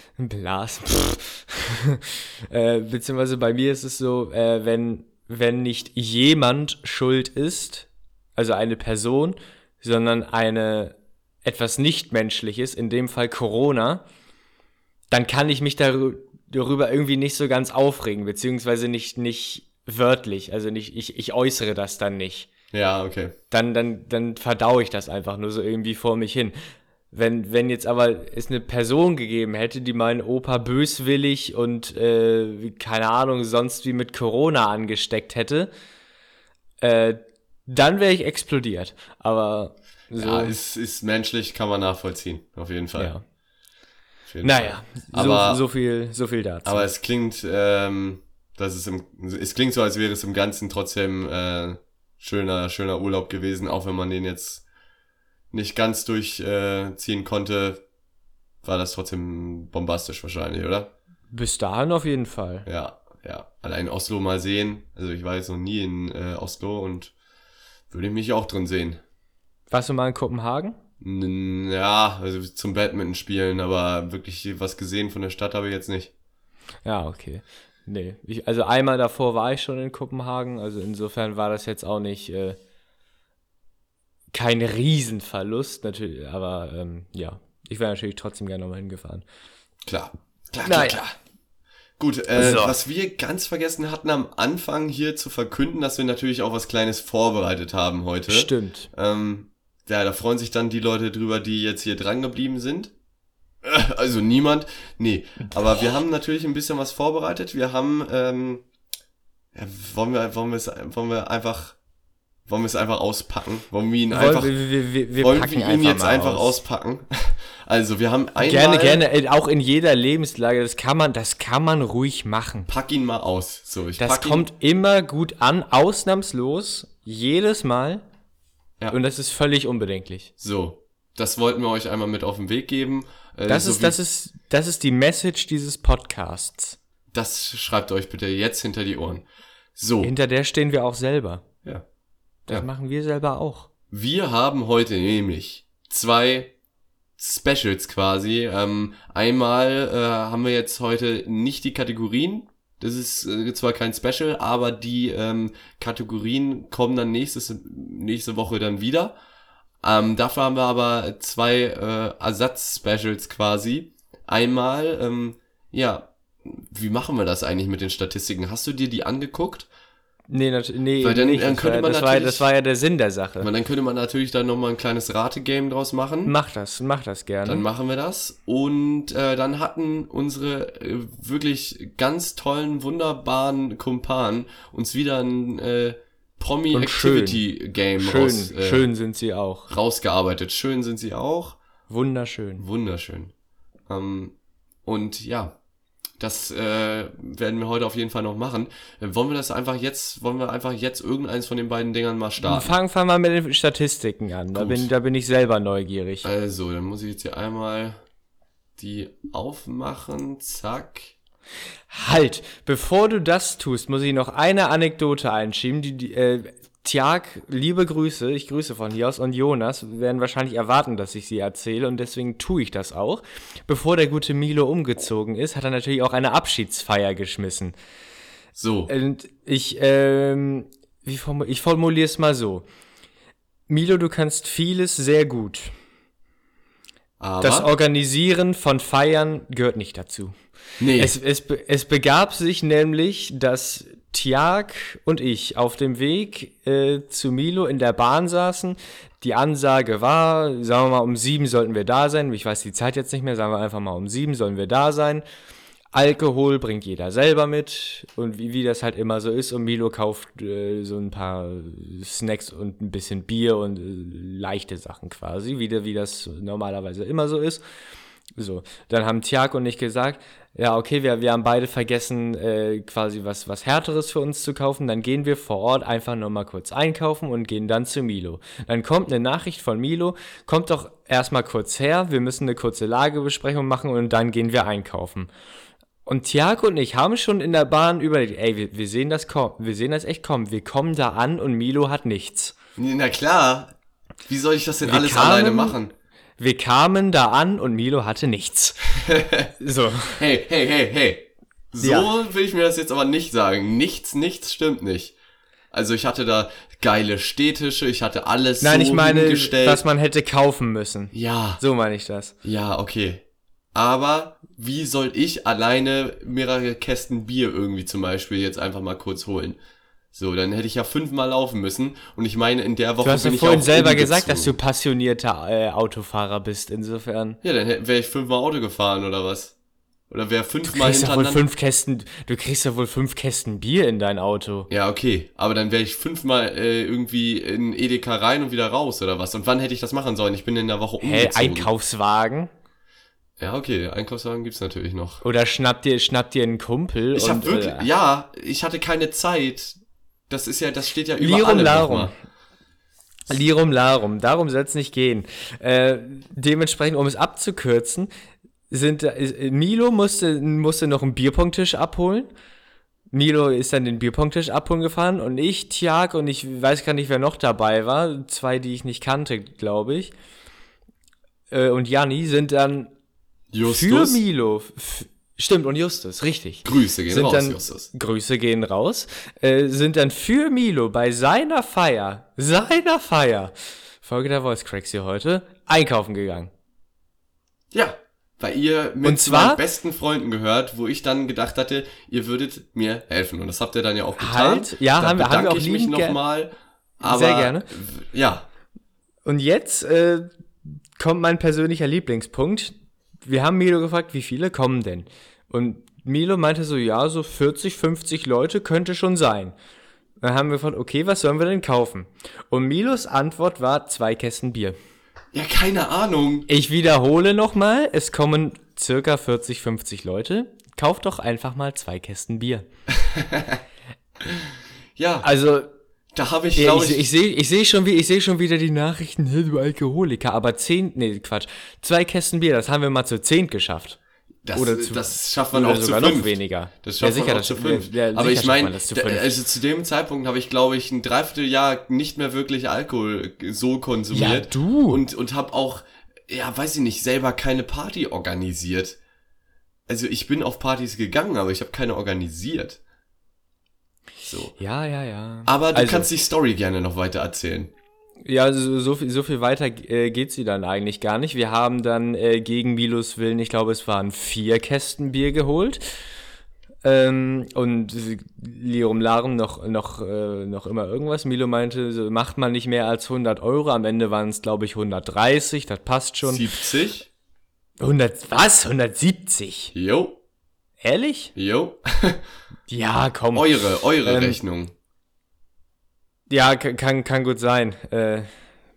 beziehungsweise bei mir ist es so, wenn nicht jemand schuld ist, also eine Person, sondern etwas Nichtmenschliches, in dem Fall Corona, dann kann ich mich darüber irgendwie nicht so ganz aufregen, beziehungsweise nicht wörtlich, also nicht, ich äußere das dann nicht. Ja, okay. Dann verdaue ich das einfach nur so irgendwie vor mich hin. Wenn jetzt aber es eine Person gegeben hätte, die meinen Opa böswillig und keine Ahnung, sonst wie mit Corona angesteckt hätte, dann wäre ich explodiert. Aber so. Ja, ist menschlich, kann man nachvollziehen, auf jeden Fall. Ja. Auf jeden Naja, Fall. so viel dazu. Aber es klingt, es klingt so, als wäre es im Ganzen trotzdem schöner Urlaub gewesen, auch wenn man den jetzt nicht ganz durchziehen konnte, war das trotzdem bombastisch wahrscheinlich, oder? Bis dahin auf jeden Fall. Ja. Allein Oslo mal sehen. Also ich war jetzt noch nie in Oslo und würde mich auch drin sehen. Warst du mal in Kopenhagen? Ja, also zum Badminton spielen, aber wirklich was gesehen von der Stadt habe ich jetzt nicht. Ja, okay. Nee, also einmal davor war ich schon in Kopenhagen, also insofern war das jetzt auch nicht kein Riesenverlust, natürlich, aber ja, ich wäre natürlich trotzdem gerne nochmal hingefahren. Klar. Gut, was wir ganz vergessen hatten am Anfang hier zu verkünden, dass wir natürlich auch was Kleines vorbereitet haben heute. Stimmt. Ja, da freuen sich dann die Leute drüber, die jetzt hier dran geblieben sind. Also niemand. Nee, aber wir haben natürlich ein bisschen was vorbereitet. Wir haben, wollen wir es einfach auspacken? Wollen wir ihn einfach, wir packen ihn jetzt einfach aus. auspacken? Also, wir haben einmal... Gerne, auch in jeder Lebenslage, das kann man ruhig machen. Pack ihn mal aus. So, das kommt immer gut an, ausnahmslos, jedes Mal. Ja. Und das ist völlig unbedenklich. So, das wollten wir euch einmal mit auf den Weg geben. Das ist die Message dieses Podcasts. Das schreibt euch bitte jetzt hinter die Ohren. So. Hinter der stehen wir auch selber. Ja. Das machen wir selber auch. Wir haben heute nämlich 2 Specials quasi. Einmal haben wir jetzt heute nicht die Kategorien. Das ist zwar kein Special, aber die Kategorien kommen dann nächste Woche dann wieder. Dafür haben wir aber 2 Ersatz-Specials quasi. Einmal, wie machen wir das eigentlich mit den Statistiken? Hast du dir die angeguckt? Nee, Weil dann, nicht. Das war ja der Sinn der Sache. Weil dann könnte man natürlich dann nochmal ein kleines Rate-Game draus machen. Mach das gerne. Dann machen wir das. Und dann hatten unsere wirklich ganz tollen, wunderbaren Kumpanen uns wieder ein Promi-Activity-Game schön sind sie auch. rausgearbeitet. Schön sind sie auch. Wunderschön. Und ja, das werden wir heute auf jeden Fall noch machen. Wollen wir einfach jetzt irgendeins von den beiden Dingern mal starten? Fang mal mit den Statistiken an. Da bin ich selber neugierig. Also, dann muss ich jetzt hier einmal die aufmachen. Zack. Halt! Bevor du das tust, muss ich noch eine Anekdote einschieben. Tjag, liebe Grüße, ich grüße von hier aus, und Jonas werden wahrscheinlich erwarten, dass ich sie erzähle, und deswegen tue ich das auch. Bevor der gute Milo umgezogen ist, hat er natürlich auch eine Abschiedsfeier geschmissen. So. Und ich formuliere es mal so. Milo, du kannst vieles sehr gut. Aber das Organisieren von Feiern gehört nicht dazu. Nee. Es begab sich nämlich, dass Tjag und ich auf dem Weg zu Milo in der Bahn saßen. Die Ansage war, sagen wir mal, um 7 sollten wir da sein. Ich weiß die Zeit jetzt nicht mehr, sagen wir einfach mal, um 7 sollen wir da sein. Alkohol bringt jeder selber mit, und wie das halt immer so ist. Und Milo kauft so ein paar Snacks und ein bisschen Bier und leichte Sachen quasi, wie das normalerweise immer so ist. So, dann haben Tjag und ich gesagt, ja, okay, wir haben beide vergessen, quasi was Härteres für uns zu kaufen. Dann gehen wir vor Ort einfach nochmal kurz einkaufen und gehen dann zu Milo. Dann kommt eine Nachricht von Milo, kommt doch erstmal kurz her, wir müssen eine kurze Lagebesprechung machen und dann gehen wir einkaufen. Und Tjag und ich haben schon in der Bahn überlegt, ey, wir sehen das echt kommen. Wir kommen da an und Milo hat nichts. Na klar, wie soll ich das denn alleine machen? Wir kamen da an und Milo hatte nichts. So. Hey. So will ich mir das jetzt aber nicht sagen. Nichts stimmt nicht. Also ich hatte da geile Städtische, ich hatte alles Nein, so hingestellt. Ich meine, was man hätte kaufen müssen. Ja. So meine ich das. Ja, okay. Aber wie soll ich alleine mehrere Kästen Bier irgendwie zum Beispiel jetzt einfach mal kurz holen? So, dann hätte ich ja 5-mal laufen müssen. Und ich meine, in der Woche bin ich auch Du hast ja vorhin selber gesagt, dass du passionierter Autofahrer bist, insofern. Ja, dann wäre ich 5-mal Auto gefahren, oder was? Oder wäre 5-mal hintereinander... Du kriegst ja wohl 5 Kästen Bier in dein Auto. Ja, okay. Aber dann wäre ich 5-mal irgendwie in Edeka rein und wieder raus, oder was? Und wann hätte ich das machen sollen? Ich bin in der Woche umgezogen. Einkaufswagen? Ja, okay, Einkaufswagen gibt's natürlich noch. Oder schnapp dir einen Kumpel. Ich hatte keine Zeit. Das steht ja überall. Lirum Larum, darum soll es nicht gehen. Dementsprechend, um es abzukürzen, Milo musste noch einen Bierpongtisch abholen. Milo ist dann den Bierpongtisch abholen gefahren und ich, Tjag, und ich weiß gar nicht, wer noch dabei war. 2, die ich nicht kannte, glaube ich. Und Janni sind dann Justus? für Milo... Stimmt, und Justus, richtig. Grüße gehen raus, Justus. Grüße gehen raus. Sind dann für Milo bei seiner Feier, Folge der Voice Cracks hier heute, einkaufen gegangen. Ja, weil ihr mit meinen besten Freunden gehört, wo ich dann gedacht hatte, ihr würdet mir helfen. Und das habt ihr dann ja auch getan. Ja, da haben wir auch ich mich nochmal. Sehr gerne. Ja. Und jetzt kommt mein persönlicher Lieblingspunkt. Wir haben Milo gefragt, wie viele kommen denn? Und Milo meinte so, ja, so 40, 50 Leute könnte schon sein. Dann haben wir gefragt, okay, was sollen wir denn kaufen? Und Milos Antwort war 2 Kästen Bier. Ja, keine Ahnung. Ich wiederhole nochmal, es kommen circa 40, 50 Leute. Kauft doch einfach mal 2 Kästen Bier. Ja. Also... Da habe ich, glaube ich sehe schon wieder die Nachrichten, du Alkoholiker, aber 2 Kästen Bier, das haben wir mal zu 10 geschafft. Das schafft man auch zu 5. Noch weniger. Das schafft man auch zu 5. Aber ich meine, also zu dem Zeitpunkt habe ich, glaube ich, ein Dreivierteljahr nicht mehr wirklich Alkohol so konsumiert. Ja, du. Und habe auch, weiß ich nicht, selber keine Party organisiert. Also ich bin auf Partys gegangen, aber ich habe keine organisiert. So. Ja. Aber du kannst die Story gerne noch weiter erzählen. Ja, so viel weiter geht sie dann eigentlich gar nicht. Wir haben dann gegen Milos Willen, ich glaube, es waren 4 Kästen Bier geholt. Und Lirum Larum noch immer irgendwas. Milo meinte, so, macht man nicht mehr als 100 Euro. Am Ende waren es, glaube ich, 130. Das passt schon. 70? 100, was? 170? Jo. Ehrlich? Jo. Ja, komm. Eure Rechnung. Ja, kann gut sein. Dann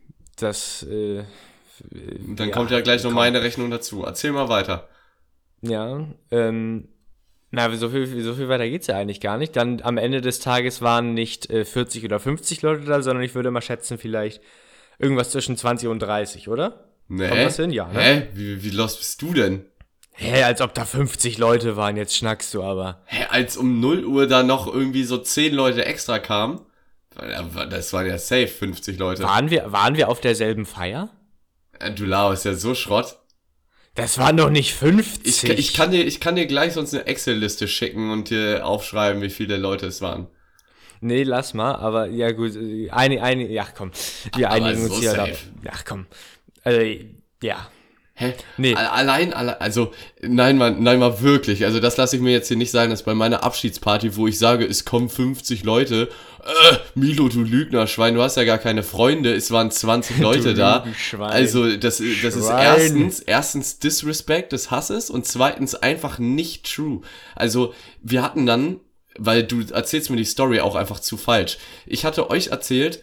kommt ja gleich noch meine Rechnung dazu. Erzähl mal weiter. Ja, so viel weiter geht's ja eigentlich gar nicht. Dann am Ende des Tages waren nicht 40 oder 50 Leute da, sondern ich würde mal schätzen, vielleicht irgendwas zwischen 20 und 30, oder? Nee. Kommt das hin? Ja, ne? Hä? Wie lost bist du denn? Hä, als ob da 50 Leute waren, jetzt schnackst du aber. Hä, als um 0 Uhr da noch irgendwie so 10 Leute extra kamen? Das waren ja safe 50 Leute. Waren wir auf derselben Feier? Du laberst ja so Schrott. Das waren doch nicht 50. Ich kann dir gleich sonst eine Excel-Liste schicken und dir aufschreiben, wie viele Leute es waren. Nee, lass mal, aber ja gut, ja komm, wir einigen uns hier. Ach komm, ja. Hä? Nee. Also, nein, mal wirklich. Also, das lasse ich mir jetzt hier nicht sagen, dass bei meiner Abschiedsparty, wo ich sage, es kommen 50 Leute, Milo, du Lügnerschwein, du hast ja gar keine Freunde, es waren 20 Leute da. Also, das ist erstens Disrespect des Hasses und zweitens einfach nicht true. Also, wir hatten dann, weil du erzählst mir die Story auch einfach zu falsch. Ich hatte euch erzählt,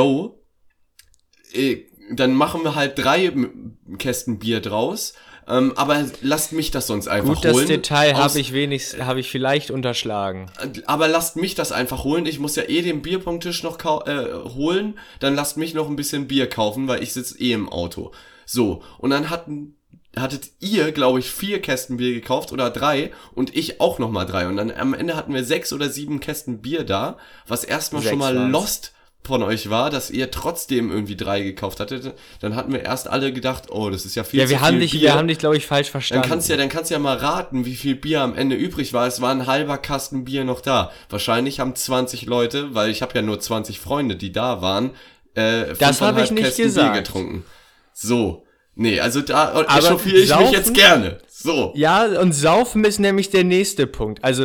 dann machen wir halt 3 Kästen Bier draus, aber lasst mich das sonst einfach holen. Gut, das Detail habe ich vielleicht unterschlagen. Aber lasst mich das einfach holen, ich muss ja den Bierpongtisch noch holen, dann lasst mich noch ein bisschen Bier kaufen, weil ich sitze im Auto. So, und dann hattet ihr, glaube ich, 4 Kästen Bier gekauft oder 3 und ich auch nochmal 3 und dann am Ende hatten wir 6 oder 7 Kästen Bier da, was erstmal schon mal lost von euch war, dass ihr trotzdem irgendwie 3 gekauft hattet, dann hatten wir erst alle gedacht, oh, das ist ja viel zu viel Bier. Wir haben dich, glaube ich, falsch verstanden. Dann kannst du ja mal raten, wie viel Bier am Ende übrig war. Es war ein halber Kasten Bier noch da. Wahrscheinlich haben 20 Leute, weil ich habe ja nur 20 Freunde, die da waren, das habe ich nicht Kästen gesagt. Bier getrunken. So. Nee, also da echauffiere ich mich jetzt gerne. So. Ja, und Saufen ist nämlich der nächste Punkt. Also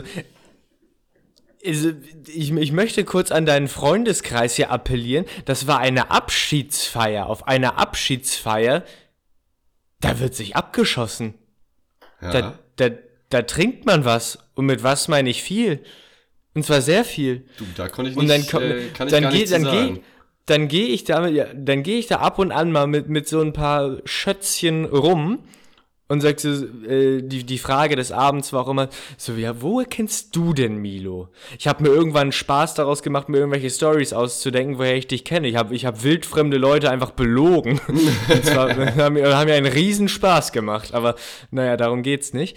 ich möchte kurz an deinen Freundeskreis hier appellieren. Das war eine Abschiedsfeier. Auf einer Abschiedsfeier, da wird sich abgeschossen. Ja. Da trinkt man was. Und mit was meine ich viel. Und zwar sehr viel. Du, da konnte ich nicht, sagen. Dann gehe ich da ab und an mal mit so ein paar Schötzchen rum. Und sagst du, die Frage des Abends war auch immer so, ja, woher kennst du denn Milo? Ich habe mir irgendwann Spaß daraus gemacht, mir irgendwelche Storys auszudenken, woher ich dich kenne. Ich hab wildfremde Leute einfach belogen. Und zwar haben mir einen riesen Spaß gemacht, aber naja, darum geht's nicht.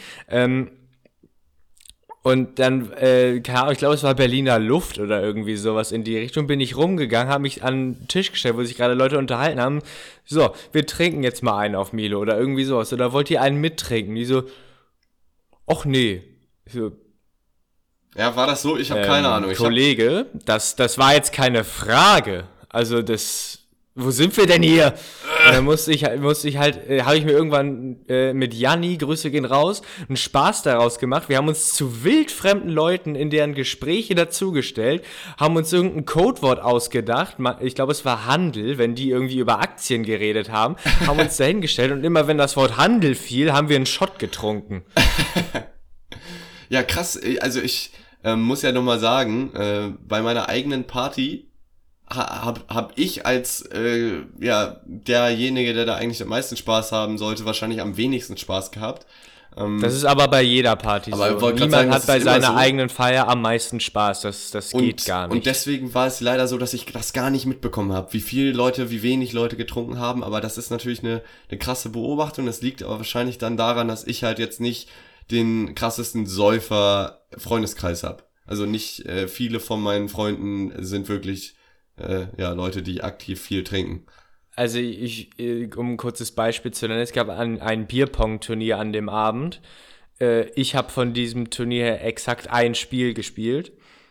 Und dann, keine Ahnung, ich glaube, es war Berliner Luft oder irgendwie sowas in die Richtung, bin ich rumgegangen, habe mich an den Tisch gestellt, wo sich gerade Leute unterhalten haben. So, wir trinken jetzt mal einen auf Milo oder irgendwie sowas. Oder wollt ihr einen mittrinken? Die so, ach nee. So, ja, war das so? Ich habe keine Ahnung. Kollege, das war jetzt keine Frage. Also wo sind wir denn hier? Und dann habe ich mir irgendwann mit Janni, Grüße gehen raus, einen Spaß daraus gemacht. Wir haben uns zu wildfremden Leuten in deren Gespräche dazugestellt, haben uns irgendein Codewort ausgedacht. Ich glaube, es war Handel, wenn die irgendwie über Aktien geredet haben uns dahingestellt und immer wenn das Wort Handel fiel, haben wir einen Shot getrunken. Ja, krass. Also ich muss ja nochmal sagen, bei meiner eigenen Party hab ich als derjenige, der da eigentlich am meisten Spaß haben sollte, wahrscheinlich am wenigsten Spaß gehabt. Das ist aber bei jeder Party aber so. Niemand hat bei seiner eigenen Feier am meisten Spaß. Das geht gar nicht. Und deswegen war es leider so, dass ich das gar nicht mitbekommen habe, wie wenig Leute getrunken haben. Aber das ist natürlich eine krasse Beobachtung. Das liegt aber wahrscheinlich dann daran, dass ich halt jetzt nicht den krassesten Säufer-Freundeskreis habe. Also nicht viele von meinen Freunden sind wirklich Leute, die aktiv viel trinken. Also um ein kurzes Beispiel zu nennen, es gab ein Bierpong-Turnier an dem Abend. Ich habe von diesem Turnier exakt ein Spiel gespielt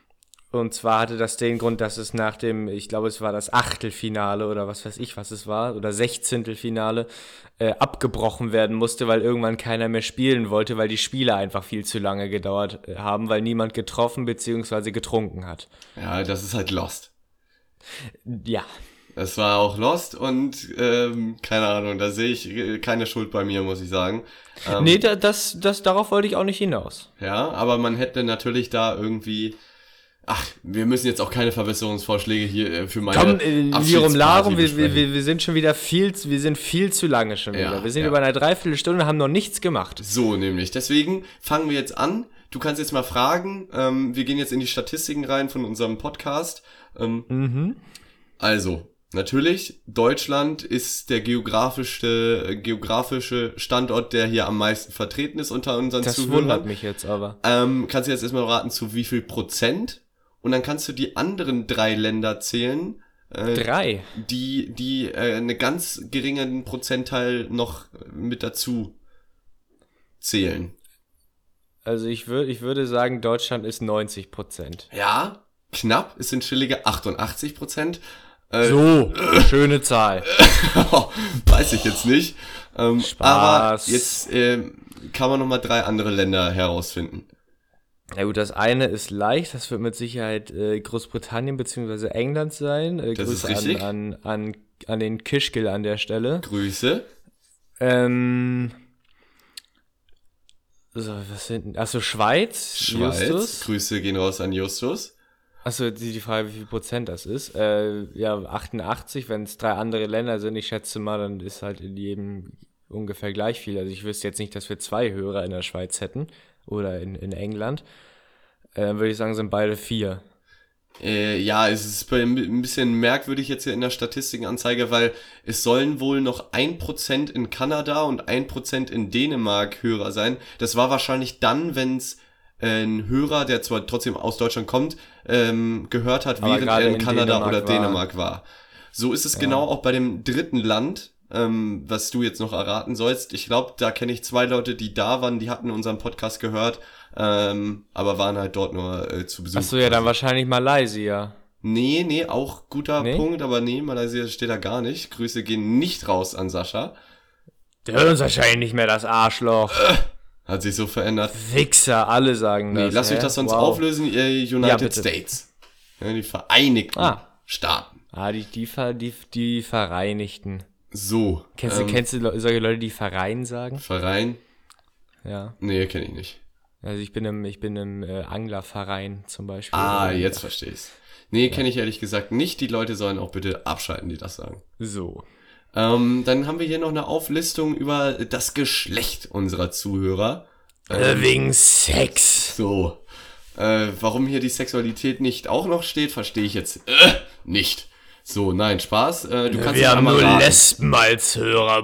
Und zwar hatte das den Grund, dass es nach dem, ich glaube, es war das Achtelfinale oder was weiß ich, was es war, oder Sechzehntelfinale, abgebrochen werden musste, weil irgendwann keiner mehr spielen wollte, weil die Spiele einfach viel zu lange gedauert haben, weil niemand getroffen bzw. getrunken hat. Ja, das ist halt Lost. Ja. Es war auch Lost und keine Ahnung, da sehe ich keine Schuld bei mir, muss ich sagen. Nee, darauf wollte ich auch nicht hinaus. Ja, aber man hätte natürlich da irgendwie... Ach, wir müssen jetzt auch keine Verbesserungsvorschläge hier für meine Lirum Larum, wir sind schon wieder viel zu lange schon wieder. Ja, Wir sind über eine Dreiviertelstunde, haben noch nichts gemacht. So nämlich, deswegen fangen wir jetzt an. Du kannst jetzt mal fragen, wir gehen jetzt in die Statistiken rein von unserem Podcast. Also, natürlich, Deutschland ist der geografische Standort, der hier am meisten vertreten ist unter unseren Zuhörern. Das wundert mich jetzt aber. Kannst du jetzt erstmal raten, zu wie viel Prozent? Und dann kannst du die anderen 3 Länder zählen. 3? Die eine ganz geringen Prozentteil noch mit dazu zählen. Also ich würde sagen, Deutschland ist 90%. Ja, knapp. Es sind chillige 88%. So, schöne Zahl. Weiß ich jetzt nicht. Spaß. Aber jetzt kann man nochmal 3 andere Länder herausfinden. Ja gut, das eine ist leicht, das wird mit Sicherheit Großbritannien bzw. England sein. Das Grüße ist richtig. An den Kischkel an der Stelle. Grüße. So, was sind... Achso, Schweiz. Justus. Grüße gehen raus an Justus. Achso, die Frage, wie viel Prozent das ist. Ja, 88, wenn es 3 andere Länder sind, ich schätze mal, dann ist halt in jedem ungefähr gleich viel. Also ich wüsste jetzt nicht, dass wir 2 Hörer in der Schweiz hätten oder in England. Würde ich sagen, sind beide 4. Ja, es ist ein bisschen merkwürdig jetzt hier in der Statistikanzeige, weil es sollen wohl noch 1% in Kanada und 1% in Dänemark Hörer sein. Das war wahrscheinlich dann, wenn es ein Hörer, der zwar trotzdem aus Deutschland kommt, gehört hat, während er in Kanada oder Dänemark war. So ist es genau auch bei dem dritten Land, was du jetzt noch erraten sollst. Ich glaube, da kenne ich 2 Leute, die da waren, die hatten unseren Podcast gehört, aber waren halt dort nur zu Besuch. Achso, ja, dann wahrscheinlich Malaysia. Nee, auch guter Punkt, aber nee, Malaysia steht da gar nicht. Grüße gehen nicht raus an Sascha. Der hört uns wahrscheinlich nicht mehr, das Arschloch. Hat sich so verändert. Wichser, alle sagen das. Nee, lass mich das sonst auflösen, United States. Ja, die Vereinigten Staaten. Die Vereinigten. So. Kennst du solche Leute, die Verein sagen? Verein? Ja. Nee, kenne ich nicht. Also ich bin im Anglerverein zum Beispiel. Jetzt verstehe ich's. Nee, kenne ich ehrlich gesagt nicht. Die Leute sollen auch bitte abschalten, die das sagen. So. Dann haben wir hier noch eine Auflistung über das Geschlecht unserer Zuhörer. Wegen Sex. So. Warum hier die Sexualität nicht auch noch steht, verstehe ich jetzt nicht. So, nein, Spaß. Du kannst wir haben nur raten. Lesben als Hörer.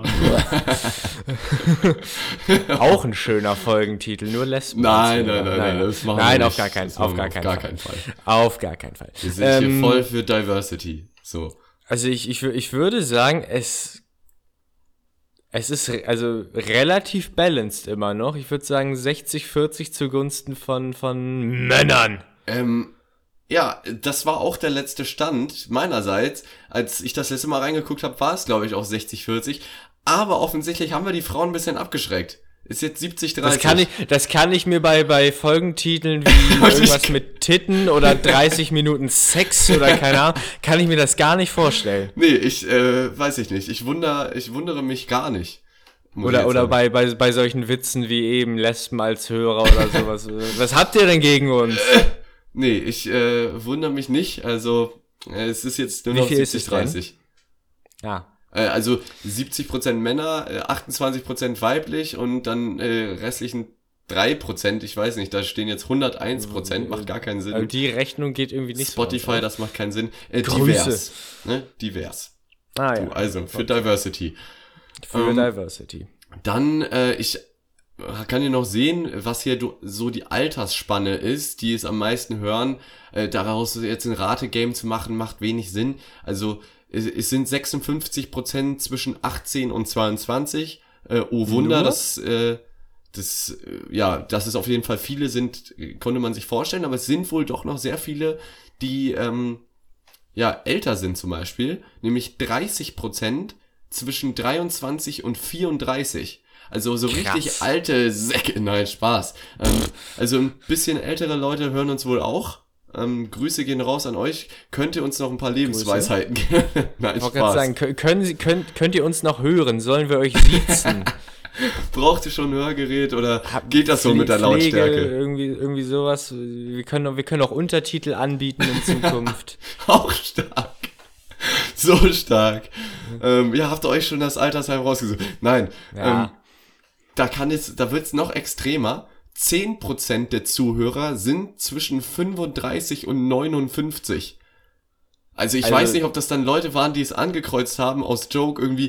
Auch ein schöner Folgentitel, nur Lesben. Nein, das machen wir nicht. Auf gar keinen Fall. Auf gar keinen Fall. Wir sind hier voll für Diversity. So. Also ich würde sagen, es ist also relativ balanced immer noch. Ich würde sagen 60-40 zugunsten von Männern. Ja, das war auch der letzte Stand meinerseits. Als ich das letzte Mal reingeguckt habe, war es, glaube ich, auch 60-40. Aber offensichtlich haben wir die Frauen ein bisschen abgeschreckt. Ist jetzt 70-30. Das kann ich mir bei Folgentiteln wie irgendwas mit Titten oder 30 Minuten Sex oder keine Ahnung, kann ich mir das gar nicht vorstellen. Nee, weiß ich nicht. Ich wundere mich gar nicht. Oder bei solchen Witzen wie eben Lesben als Hörer oder sowas. Was habt ihr denn gegen uns? Nee, ich wundere mich nicht. Also, es ist jetzt nur noch 70-30. Ja. Also 70% Männer, 28% weiblich und dann restlichen 3%, ich weiß nicht, da stehen jetzt 101%, macht gar keinen Sinn. Also die Rechnung geht irgendwie nicht Spotify, so. das macht keinen Sinn. Grüße. Divers. Ne? Divers. Ja. So, also, für Diversity. Diversity. Dann, ich kann hier noch sehen, was hier so die Altersspanne ist, die es am meisten hören. Daraus jetzt ein Rategame zu machen, macht wenig Sinn. Also, es sind 56% zwischen 18 und 22. Oh Wunder, das dass es auf jeden Fall viele sind, konnte man sich vorstellen, aber es sind wohl doch noch sehr viele, die älter sind zum Beispiel, nämlich 30% zwischen 23 und 34. Also so Krass. Richtig alte Säcke, nein, Spaß. Also ein bisschen ältere Leute hören uns wohl auch. Grüße gehen raus an euch. Könnt ihr uns noch ein paar Lebensweisheiten geben? Nein, ich wollte gerade sagen, könnt ihr uns noch hören? Sollen wir euch siezen? Braucht ihr schon ein Hörgerät oder geht das so mit der Lautstärke? Irgendwie sowas. Wir können auch Untertitel anbieten in Zukunft. Auch stark. So stark. Habt ihr euch schon das Altersheim rausgesucht? Nein. Ja. Da wird's noch extremer. 10% der Zuhörer sind zwischen 35 und 59. Also ich weiß nicht, ob das dann Leute waren, die es angekreuzt haben aus Joke irgendwie,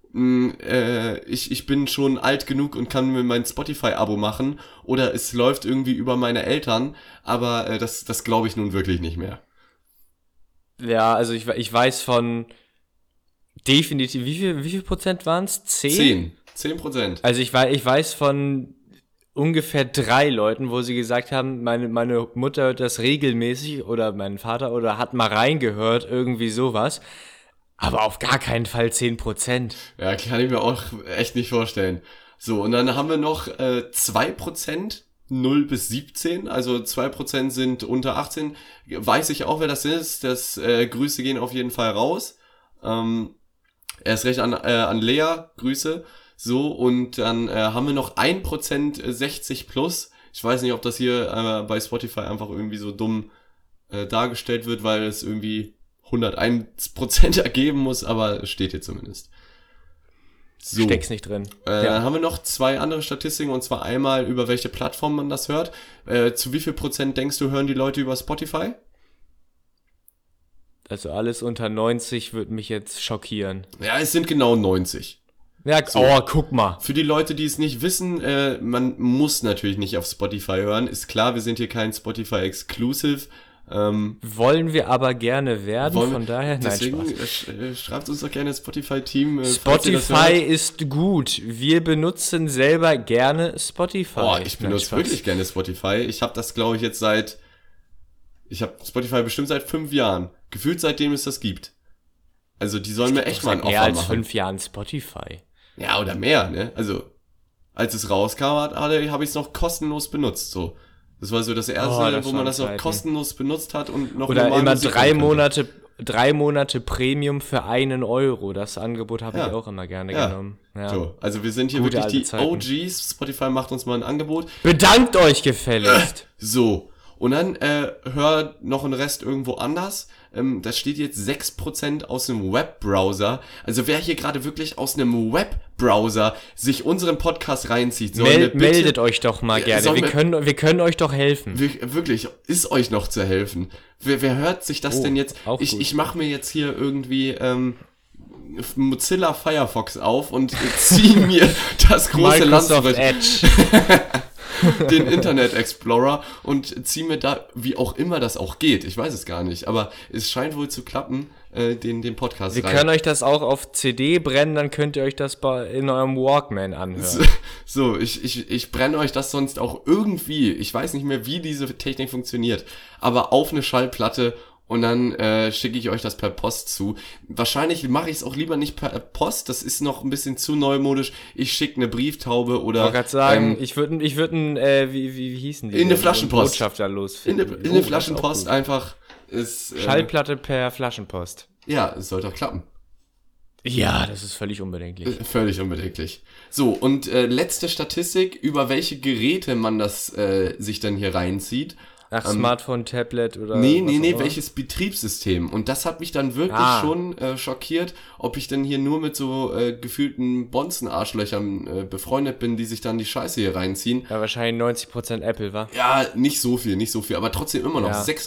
ich bin schon alt genug und kann mir mein Spotify-Abo machen, oder es läuft irgendwie über meine Eltern, aber das glaube ich nun wirklich nicht mehr. Ja, also ich weiß von definitiv, wie viel Prozent waren es? 10%? 10%. Also ich weiß von ungefähr 3 Leuten, wo sie gesagt haben, meine Mutter hört das regelmäßig oder mein Vater oder hat mal reingehört, irgendwie sowas. Aber auf gar keinen Fall 10%. Ja, kann ich mir auch echt nicht vorstellen. So, und dann haben wir noch 2%, 0 bis 17, also 2% sind unter 18. Weiß ich auch, wer das ist. Grüße gehen auf jeden Fall raus. Erst recht an Lea, Grüße. So, und dann haben wir noch 1% 60 plus. Ich weiß nicht, ob das hier bei Spotify einfach irgendwie so dumm dargestellt wird, weil es irgendwie 101% ergeben muss, aber es steht hier zumindest. So. Steck's nicht drin. Dann haben wir noch 2 andere Statistiken, und zwar einmal, über welche Plattform man das hört. Zu wie viel Prozent denkst du, hören die Leute über Spotify? Also alles unter 90 würde mich jetzt schockieren. Ja, es sind genau 90. Ja, so. Guck mal. Für die Leute, die es nicht wissen, man muss natürlich nicht auf Spotify hören. Ist klar, wir sind hier kein Spotify-Exclusive. Wollen wir aber gerne werden, von daher, deswegen, nein, Spaß. Schreibt uns doch gerne Spotify-Team. Spotify ist gut. Wir benutzen selber gerne Spotify. Ich benutze wirklich gerne Spotify. Ich habe das, glaube ich, ich habe Spotify bestimmt seit 5 Jahren. Gefühlt seitdem es das gibt. Also die sollen mir echt mal ein Offer machen. Mehr als 5 Jahren Spotify. Ja, oder mehr, ne? Also, als es rauskam, habe ich es noch kostenlos benutzt, so. Das war so das erste, wo man das noch kostenlos benutzt hat und noch oder immer 3 Monate Premium für 1 Euro. Das Angebot habe ich auch immer gerne genommen. Ja. So, also wir sind hier Gute wirklich die OGs. Spotify macht uns mal ein Angebot. Bedankt euch gefälligst. So. Und dann hör noch einen Rest irgendwo anders. Das steht jetzt 6% aus einem Webbrowser. Also wer hier gerade wirklich aus einem Webbrowser sich unseren Podcast reinzieht, meldet euch doch mal gerne. Wir können euch doch helfen. Wirklich, ist euch noch zu helfen. Wer hört sich das denn jetzt? Ich mache mir jetzt hier irgendwie Mozilla Firefox auf und ziehe mir das große Microsoft Edge. Den Internet Explorer und ziehe mir da, wie auch immer das auch geht, ich weiß es gar nicht, aber es scheint wohl zu klappen, den Podcast rein. Wir können euch das auch auf CD brennen, dann könnt ihr euch das in eurem Walkman anhören. So, ich brenne euch das sonst auch irgendwie, ich weiß nicht mehr, wie diese Technik funktioniert, aber auf eine Schallplatte. Und dann schicke ich euch das per Post zu. Wahrscheinlich mache ich es auch lieber nicht per Post. Das ist noch ein bisschen zu neumodisch. Ich schicke eine Brieftaube oder... Ich wollte gerade sagen, ich würde wie hießen die? In eine Flaschenpost. Botschafter losfinden. In eine Flaschenpost einfach. Schallplatte per Flaschenpost. Ja, es soll doch klappen. Ja, das ist völlig unbedenklich. Völlig unbedenklich. So, und letzte Statistik, über welche Geräte man das sich dann hier reinzieht. Ach, Smartphone, Tablet oder Nee, welches Betriebssystem? Und das hat mich dann wirklich schon schockiert, ob ich denn hier nur mit so gefühlten Bonzen-Arschlöchern befreundet bin, die sich dann die Scheiße hier reinziehen. Ja, wahrscheinlich 90% Apple, wa? Ja, nicht so viel, aber trotzdem immer noch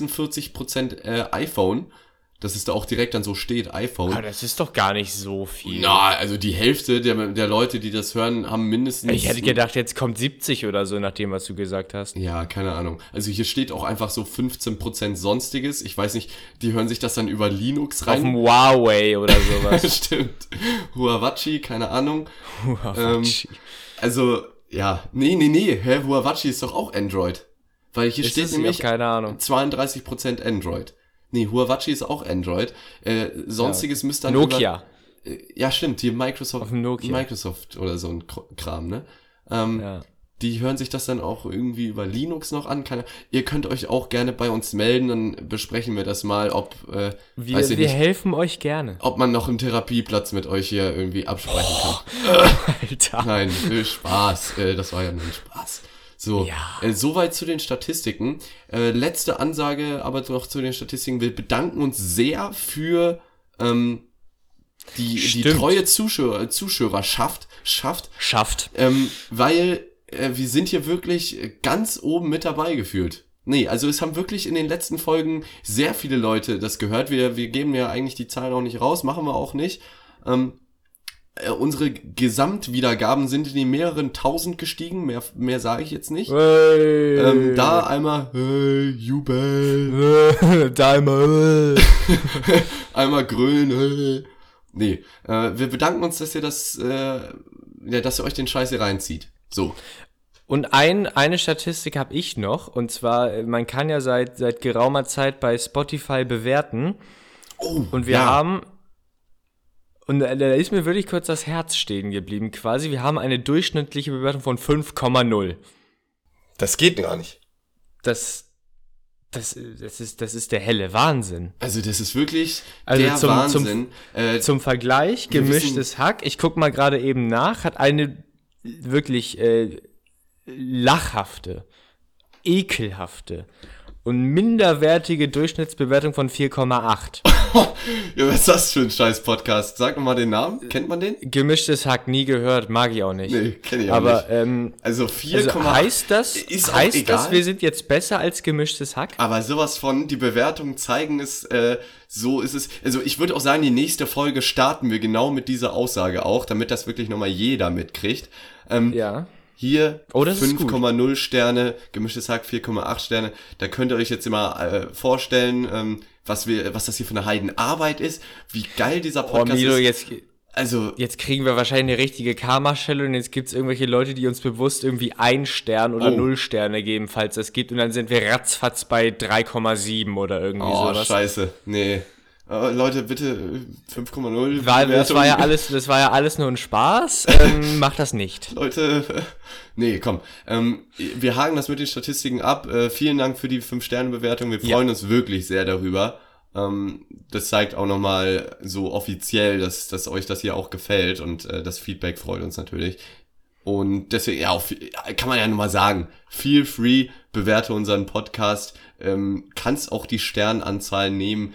46% iPhone. Dass es da auch direkt dann so steht, iPhone. Aber das ist doch gar nicht so viel. Na, also die Hälfte der Leute, die das hören, haben mindestens... Ich hätte gedacht, jetzt kommt 70 oder so, nach dem, was du gesagt hast. Ja, keine Ahnung. Also hier steht auch einfach so 15% Sonstiges. Ich weiß nicht, die hören sich das dann über Linux rein. Auf dem Huawei oder sowas. Stimmt. Huawei, keine Ahnung. Huawei. Also ja, nee, Huawei ist doch auch Android. Weil hier steht nämlich keine Ahnung. 32% Android. Nee, Huawei ist auch Android. Sonstiges müsste dann Nokia. Ja, stimmt, hier Microsoft oder so ein Kram, ne? Die hören sich das dann auch irgendwie über Linux noch an. Ihr könnt euch auch gerne bei uns melden, dann besprechen wir das mal, ob wir helfen euch gerne. Ob man noch einen Therapieplatz mit euch hier irgendwie absprechen kann. Alter. Nein, Spaß. Das war ja nur ein Spaß. So, soweit zu den Statistiken. Letzte Ansage aber noch zu den Statistiken. Wir bedanken uns sehr für die treue Zuschauerschaft, weil wir sind hier wirklich ganz oben mit dabei gefühlt. Nee, also es haben wirklich in den letzten Folgen sehr viele Leute das gehört. Wir geben ja eigentlich die Zahlen auch nicht raus, machen wir auch nicht. Unsere Gesamtwiedergaben sind in die mehreren tausend gestiegen, mehr sage ich jetzt nicht. Hey. Da einmal, hey, Jubel. Da einmal, einmal grün, hey. Nee, wir bedanken uns, dass ihr dass ihr euch den Scheiß hier reinzieht. So. Und eine Statistik habe ich noch, und zwar, man kann ja seit geraumer Zeit bei Spotify bewerten. Oh, und wir haben, und da ist mir wirklich kurz das Herz stehen geblieben quasi, wir haben eine durchschnittliche Bewertung von 5,0. Das geht gar nicht. Das ist der helle Wahnsinn. Also das ist wirklich der Wahnsinn. Zum Vergleich, Gemischtes Hack, ich guck mal gerade eben nach, hat eine wirklich lachhafte, ekelhafte und minderwertige Durchschnittsbewertung von 4,8. Ja, was ist das für ein scheiß Podcast? Sag mal den Namen. Kennt man den? Gemischtes Hack, nie gehört, mag ich auch nicht. Nee, kenn ich auch nicht. Aber, also 4,8 heißt das, egal. Wir sind jetzt besser als Gemischtes Hack? Aber sowas von, die Bewertungen zeigen es, so ist es. Also ich würde auch sagen, die nächste Folge starten wir genau mit dieser Aussage auch, damit das wirklich nochmal jeder mitkriegt. Hier 5,0 Sterne, Gemischtes Hack 4,8 Sterne. Da könnt ihr euch jetzt immer vorstellen, was das hier für eine Heidenarbeit ist, wie geil dieser Podcast Milo, ist. Jetzt kriegen wir wahrscheinlich eine richtige Karma-Schelle und jetzt gibt's irgendwelche Leute, die uns bewusst irgendwie 1 Stern oder 0 Sterne geben, falls es gibt, und dann sind wir ratzfatz bei 3,7 oder irgendwie sowas. Oh, scheiße. Nee. Leute, bitte 5,0. Das war ja alles nur ein Spaß. Macht das nicht. Leute, nee, komm. Wir haken das mit den Statistiken ab. Vielen Dank für die 5-Sterne-Bewertung. Wir freuen uns wirklich sehr darüber. Das zeigt auch nochmal so offiziell, dass euch das hier auch gefällt, und das Feedback freut uns natürlich. Und deswegen, kann man ja nur mal sagen, feel free, bewerte unseren Podcast, kannst auch die Sternanzahl nehmen,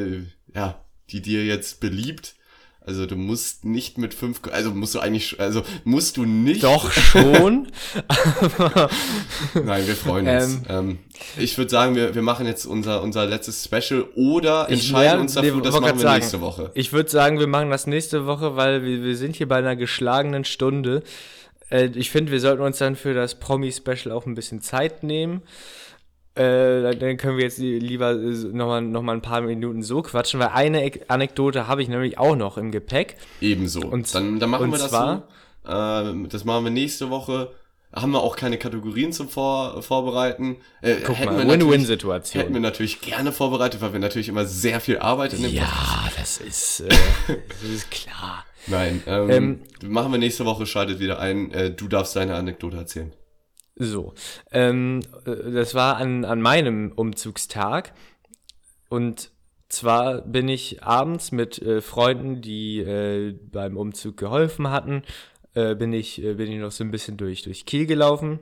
die dir jetzt beliebt. Also du musst nicht mit 5, musst du nicht. Doch schon. Nein, wir freuen uns. Ich würde sagen, wir machen jetzt unser letztes Special oder entscheiden uns dafür, das machen wir nächste Woche. Ich würde sagen, wir machen das nächste Woche, weil wir sind hier bei einer geschlagenen Stunde. Ich finde, wir sollten uns dann für das Promi-Special auch ein bisschen Zeit nehmen. Dann können wir jetzt lieber noch mal ein paar Minuten so quatschen, weil eine Anekdote habe ich nämlich auch noch im Gepäck. Ebenso. Und dann machen wir das so. Das machen wir nächste Woche. Haben wir auch keine Kategorien zum Vorbereiten. Guck mal, Win-Win-Situation. Hätten wir natürlich gerne vorbereitet, weil wir natürlich immer sehr viel Arbeit in dem Podcast. Das ist klar. Nein, machen wir nächste Woche, schaltet wieder ein. Du darfst deine Anekdote erzählen. So, das war an meinem Umzugstag, und zwar bin ich abends mit Freunden, die beim Umzug geholfen hatten, bin ich noch so ein bisschen durch Kiel gelaufen,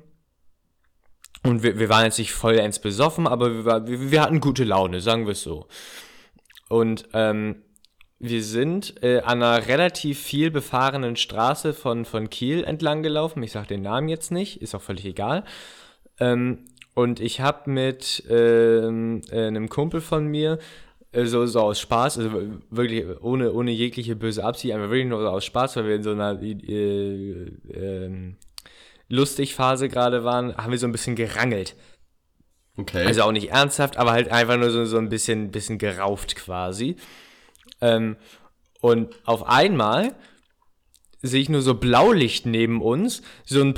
und wir waren jetzt nicht vollends besoffen, aber wir hatten gute Laune, sagen wir es so. Und wir sind an einer relativ viel befahrenen Straße von Kiel entlang gelaufen. Ich sag den Namen jetzt nicht, ist auch völlig egal. Und ich habe mit einem Kumpel von mir so aus Spaß, also wirklich ohne jegliche böse Absicht, einfach wirklich nur so aus Spaß, weil wir in so einer Lustigphase gerade waren, haben wir so ein bisschen gerangelt. Okay. Also auch nicht ernsthaft, aber halt einfach nur so ein bisschen gerauft quasi. Und auf einmal sehe ich nur so Blaulicht neben uns, so ein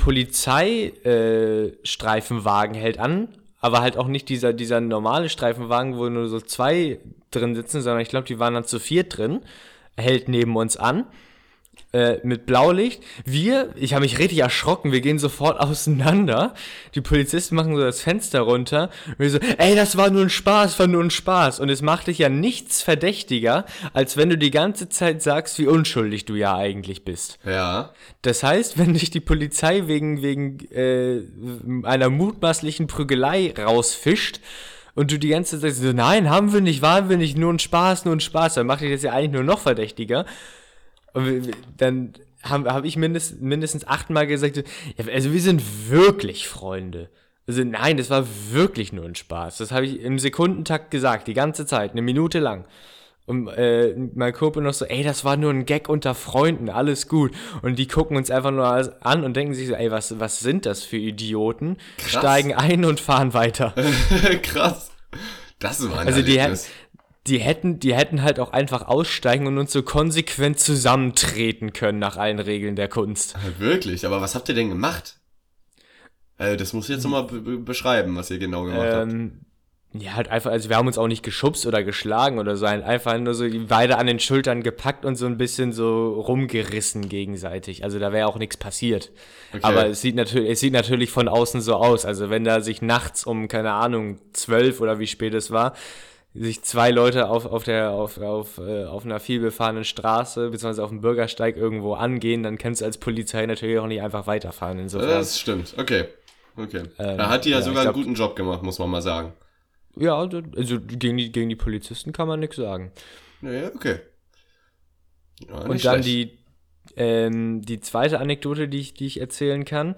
Polizeistreifenwagen hält an, aber halt auch nicht dieser normale Streifenwagen, wo nur so 2 drin sitzen, sondern ich glaube, die waren dann zu 4 drin, hält neben uns an. Mit Blaulicht. Ich habe mich richtig erschrocken, wir gehen sofort auseinander. Die Polizisten machen so das Fenster runter. Und wir so, ey, das war nur ein Spaß, war nur ein Spaß. Und es macht dich ja nichts verdächtiger, als wenn du die ganze Zeit sagst, wie unschuldig du ja eigentlich bist. Ja. Das heißt, wenn dich die Polizei wegen einer mutmaßlichen Prügelei rausfischt und du die ganze Zeit so, nein, waren wir nicht, nur ein Spaß, dann macht dich das ja eigentlich nur noch verdächtiger. Und dann hab ich mindestens 8-mal gesagt, ja, also wir sind wirklich Freunde. Also nein, das war wirklich nur ein Spaß. Das habe ich im Sekundentakt gesagt, die ganze Zeit, 1 Minute lang. Und mein Kumpel noch so, ey, das war nur ein Gag unter Freunden, alles gut. Und die gucken uns einfach nur an und denken sich so, ey, was sind das für Idioten? Krass. Steigen ein und fahren weiter. Krass. Das war ein also Erlebnis. Die hätten halt auch einfach aussteigen und uns so konsequent zusammentreten können nach allen Regeln der Kunst. Wirklich? Aber was habt ihr denn gemacht? Das musst du jetzt nochmal beschreiben, was ihr genau gemacht habt. Ja, halt einfach, also wir haben uns auch nicht geschubst oder geschlagen oder so, einfach nur so beide an den Schultern gepackt und so ein bisschen so rumgerissen gegenseitig. Also da wäre auch nichts passiert. Okay. Aber es sieht natürlich von außen so aus. Also wenn da sich nachts um, keine Ahnung, 12 oder wie spät es war, sich 2 Leute auf einer vielbefahrenen Straße beziehungsweise auf dem Bürgersteig irgendwo angehen, dann kannst du als Polizei natürlich auch nicht einfach weiterfahren. Insofern. Das stimmt, okay. Da hat die ja sogar einen guten Job gemacht, muss man mal sagen. Ja, also gegen die Polizisten kann man nichts sagen. Ja, okay. Ja, und dann die zweite Anekdote, die ich erzählen kann,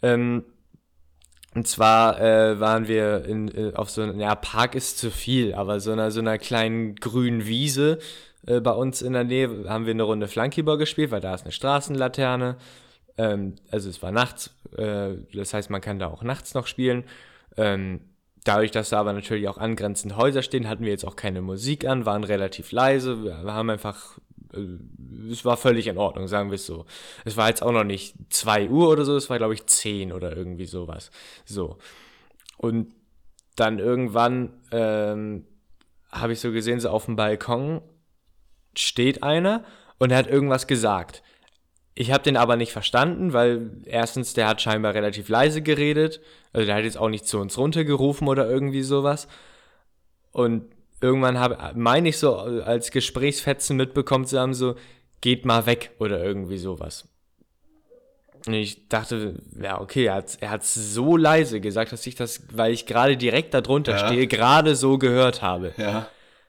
und zwar waren wir auf so einer, Park ist zu viel, aber so einer kleinen grünen Wiese bei uns in der Nähe haben wir eine Runde Flunkyball gespielt, weil da ist eine Straßenlaterne. Also es war nachts, das heißt, man kann da auch nachts noch spielen. Dadurch, dass da aber natürlich auch angrenzende Häuser stehen, hatten wir jetzt auch keine Musik an, waren relativ leise. Wir haben einfach, es war völlig in Ordnung, sagen wir es so. Es war jetzt auch noch nicht 2 Uhr oder so, es war, glaube ich, 10 oder irgendwie sowas. So. Und dann irgendwann habe ich so gesehen, so auf dem Balkon steht einer und er hat irgendwas gesagt. Ich habe den aber nicht verstanden, weil erstens, der hat scheinbar relativ leise geredet, also der hat jetzt auch nicht zu uns runtergerufen oder irgendwie sowas. Und irgendwann meine ich so als Gesprächsfetzen mitbekommen zu haben, so, geht mal weg oder irgendwie sowas. Und ich dachte, ja okay, er hat so leise gesagt, dass ich das, weil ich gerade direkt da drunter stehe, gerade so gehört habe. Ja.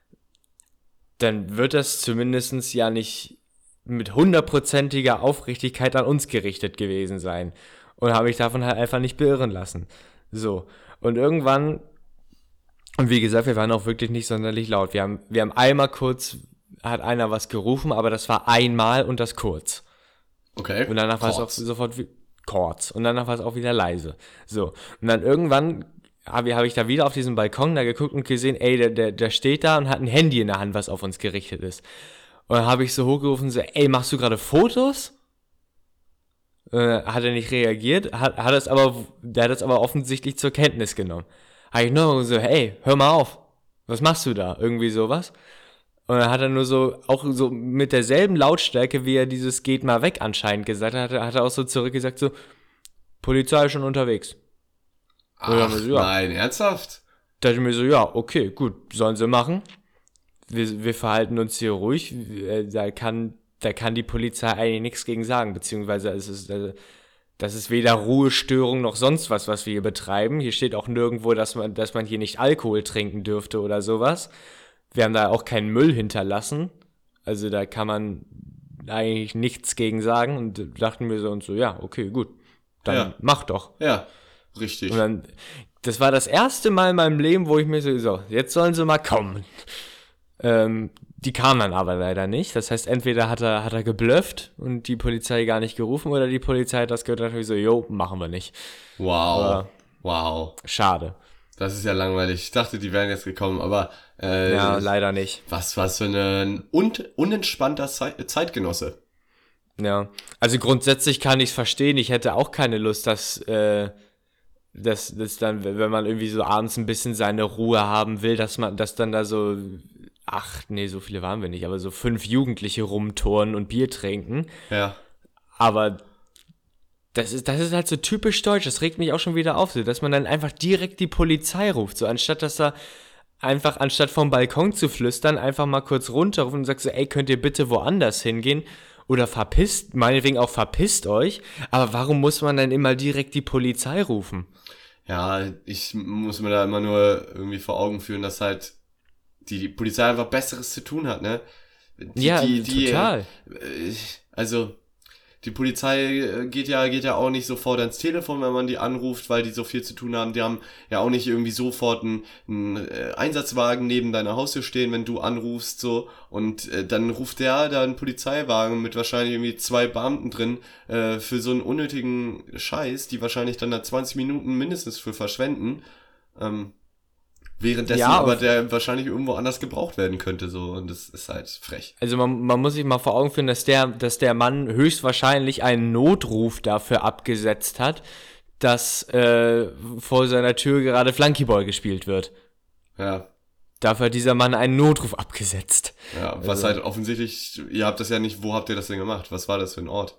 Dann wird das zumindest ja nicht mit 100%iger Aufrichtigkeit an uns gerichtet gewesen sein. Und habe ich davon halt einfach nicht beirren lassen. So. Und irgendwann, und wie gesagt, wir waren auch wirklich nicht sonderlich laut. Wir haben einmal kurz, hat einer was gerufen, aber das war einmal und das kurz. Okay. Und danach war es auch sofort kurz. Und danach war es auch wieder leise. So. Und dann irgendwann habe ich da wieder auf diesem Balkon da geguckt und gesehen, ey, der steht da und hat ein Handy in der Hand, was auf uns gerichtet ist. Und dann habe ich so hochgerufen, so, ey, machst du gerade Fotos? Hat er nicht reagiert, der hat es aber offensichtlich zur Kenntnis genommen. Habe ich nur so, hey, hör mal auf, was machst du da? Irgendwie sowas. Und dann hat er nur so, auch so mit derselben Lautstärke, wie er dieses geht mal weg anscheinend gesagt hat, hat er auch so zurückgesagt, so, Polizei ist schon unterwegs. Ach so, ja. Nein, ernsthaft? Da dachte ich mir so, ja, okay, gut, sollen sie machen. Wir verhalten uns hier ruhig, da kann die Polizei eigentlich nichts gegen sagen, beziehungsweise das ist weder Ruhestörung noch sonst was wir hier betreiben. Hier steht auch nirgendwo, dass man hier nicht Alkohol trinken dürfte oder sowas. Wir haben da auch keinen Müll hinterlassen, also da kann man eigentlich nichts gegen sagen und dachten wir so und so, ja, okay, gut, dann mach doch. Ja, richtig. Und dann, das war das erste Mal in meinem Leben, wo ich mir so, jetzt sollen sie mal kommen. Die kamen dann aber leider nicht. Das heißt, entweder hat er geblufft und die Polizei gar nicht gerufen oder die Polizei hat das gehört und hat so, jo, machen wir nicht. Wow. Wow. Schade. Das ist ja langweilig. Ich dachte, die wären jetzt gekommen, aber ja, leider nicht. Was für ein unentspannter Zeitgenosse. Ja, also grundsätzlich kann ich es verstehen. Ich hätte auch keine Lust, dass dann, wenn man irgendwie so abends ein bisschen seine Ruhe haben will, dass dann da so, so viele waren wir nicht, aber so 5 Jugendliche rumturnen und Bier trinken. Ja. Aber das ist halt so typisch deutsch. Das regt mich auch schon wieder auf, so, dass man dann einfach direkt die Polizei ruft, so anstatt vom Balkon zu flüstern, einfach mal kurz runterrufen und sagst so, ey, könnt ihr bitte woanders hingehen? Oder meinetwegen auch verpisst euch, aber warum muss man dann immer direkt die Polizei rufen? Ja, ich muss mir da immer nur irgendwie vor Augen führen, dass halt die Polizei einfach Besseres zu tun hat, ne? Total. Also, die Polizei geht ja auch nicht sofort ans Telefon, wenn man die anruft, weil die so viel zu tun haben. Die haben ja auch nicht irgendwie sofort einen Einsatzwagen neben deiner Haustür stehen, wenn du anrufst, so. Und dann ruft der da einen Polizeiwagen mit wahrscheinlich irgendwie 2 Beamten drin für so einen unnötigen Scheiß, die wahrscheinlich dann da 20 Minuten mindestens für verschwenden. Währenddessen aber der wahrscheinlich irgendwo anders gebraucht werden könnte, so, und das ist halt frech. Also man muss sich mal vor Augen führen, dass der Mann höchstwahrscheinlich einen Notruf dafür abgesetzt hat, dass vor seiner Tür gerade Flunkyball gespielt wird. Ja. Dafür hat dieser Mann einen Notruf abgesetzt. Ja, was halt offensichtlich, ihr habt das ja nicht, wo habt ihr das denn gemacht? Was war das für ein Ort?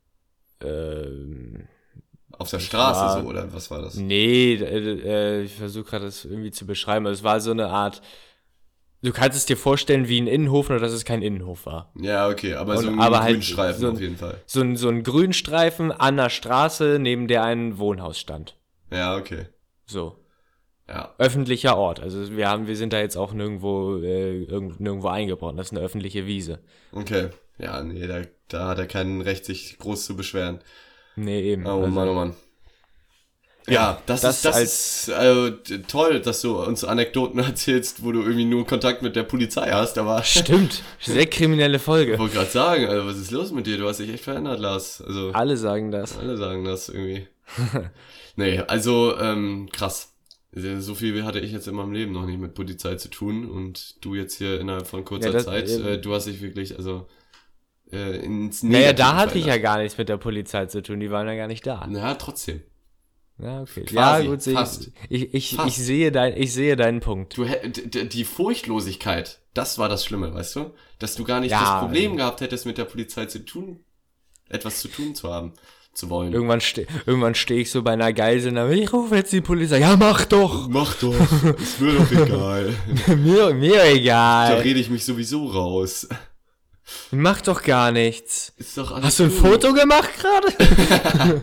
Auf der Straße so, oder was war das? Nee, ich versuche gerade das irgendwie zu beschreiben. Es war so eine Art, du kannst es dir vorstellen wie ein Innenhof, nur dass es kein Innenhof war. Ja, okay, aber so ein Grünstreifen auf jeden Fall. So ein Grünstreifen an der Straße, neben der ein Wohnhaus stand. Ja, okay. So. Ja. Öffentlicher Ort. Also wir sind da jetzt auch nirgendwo eingebaut. Das ist eine öffentliche Wiese. Okay. Ja, nee, da hat er kein Recht, sich groß zu beschweren. Nee, eben. Oh Mann, oh Mann. Ja, das ist toll, dass du uns Anekdoten erzählst, wo du irgendwie nur Kontakt mit der Polizei hast, aber... Stimmt, sehr kriminelle Folge. Ich wollte gerade sagen, also, was ist los mit dir? Du hast dich echt verändert, Lars. Also, alle sagen das. Alle sagen das irgendwie. Nee, also krass. So viel hatte ich jetzt in meinem Leben noch nicht mit Polizei zu tun und du jetzt hier innerhalb von kurzer Zeit, du hast dich wirklich, ins Negative Naja, da hatte ich ja gar nichts mit der Polizei zu tun, die waren ja gar nicht da. Na, trotzdem. Ja, okay. Quasi, ja, gut, fast. Ich sehe deinen Punkt. Die Furchtlosigkeit, das war das Schlimme, weißt du? Dass du gar nicht das Problem gehabt hättest, mit der Polizei etwas zu tun zu haben, zu wollen. Irgendwann stehe ich so bei einer Geiselnahme, ich rufe jetzt die Polizei. Ja, mach doch! Ist mir doch egal. mir egal. Da rede ich mich sowieso raus. Mach doch gar nichts. Ist doch alles Hast du ein Foto gemacht gerade?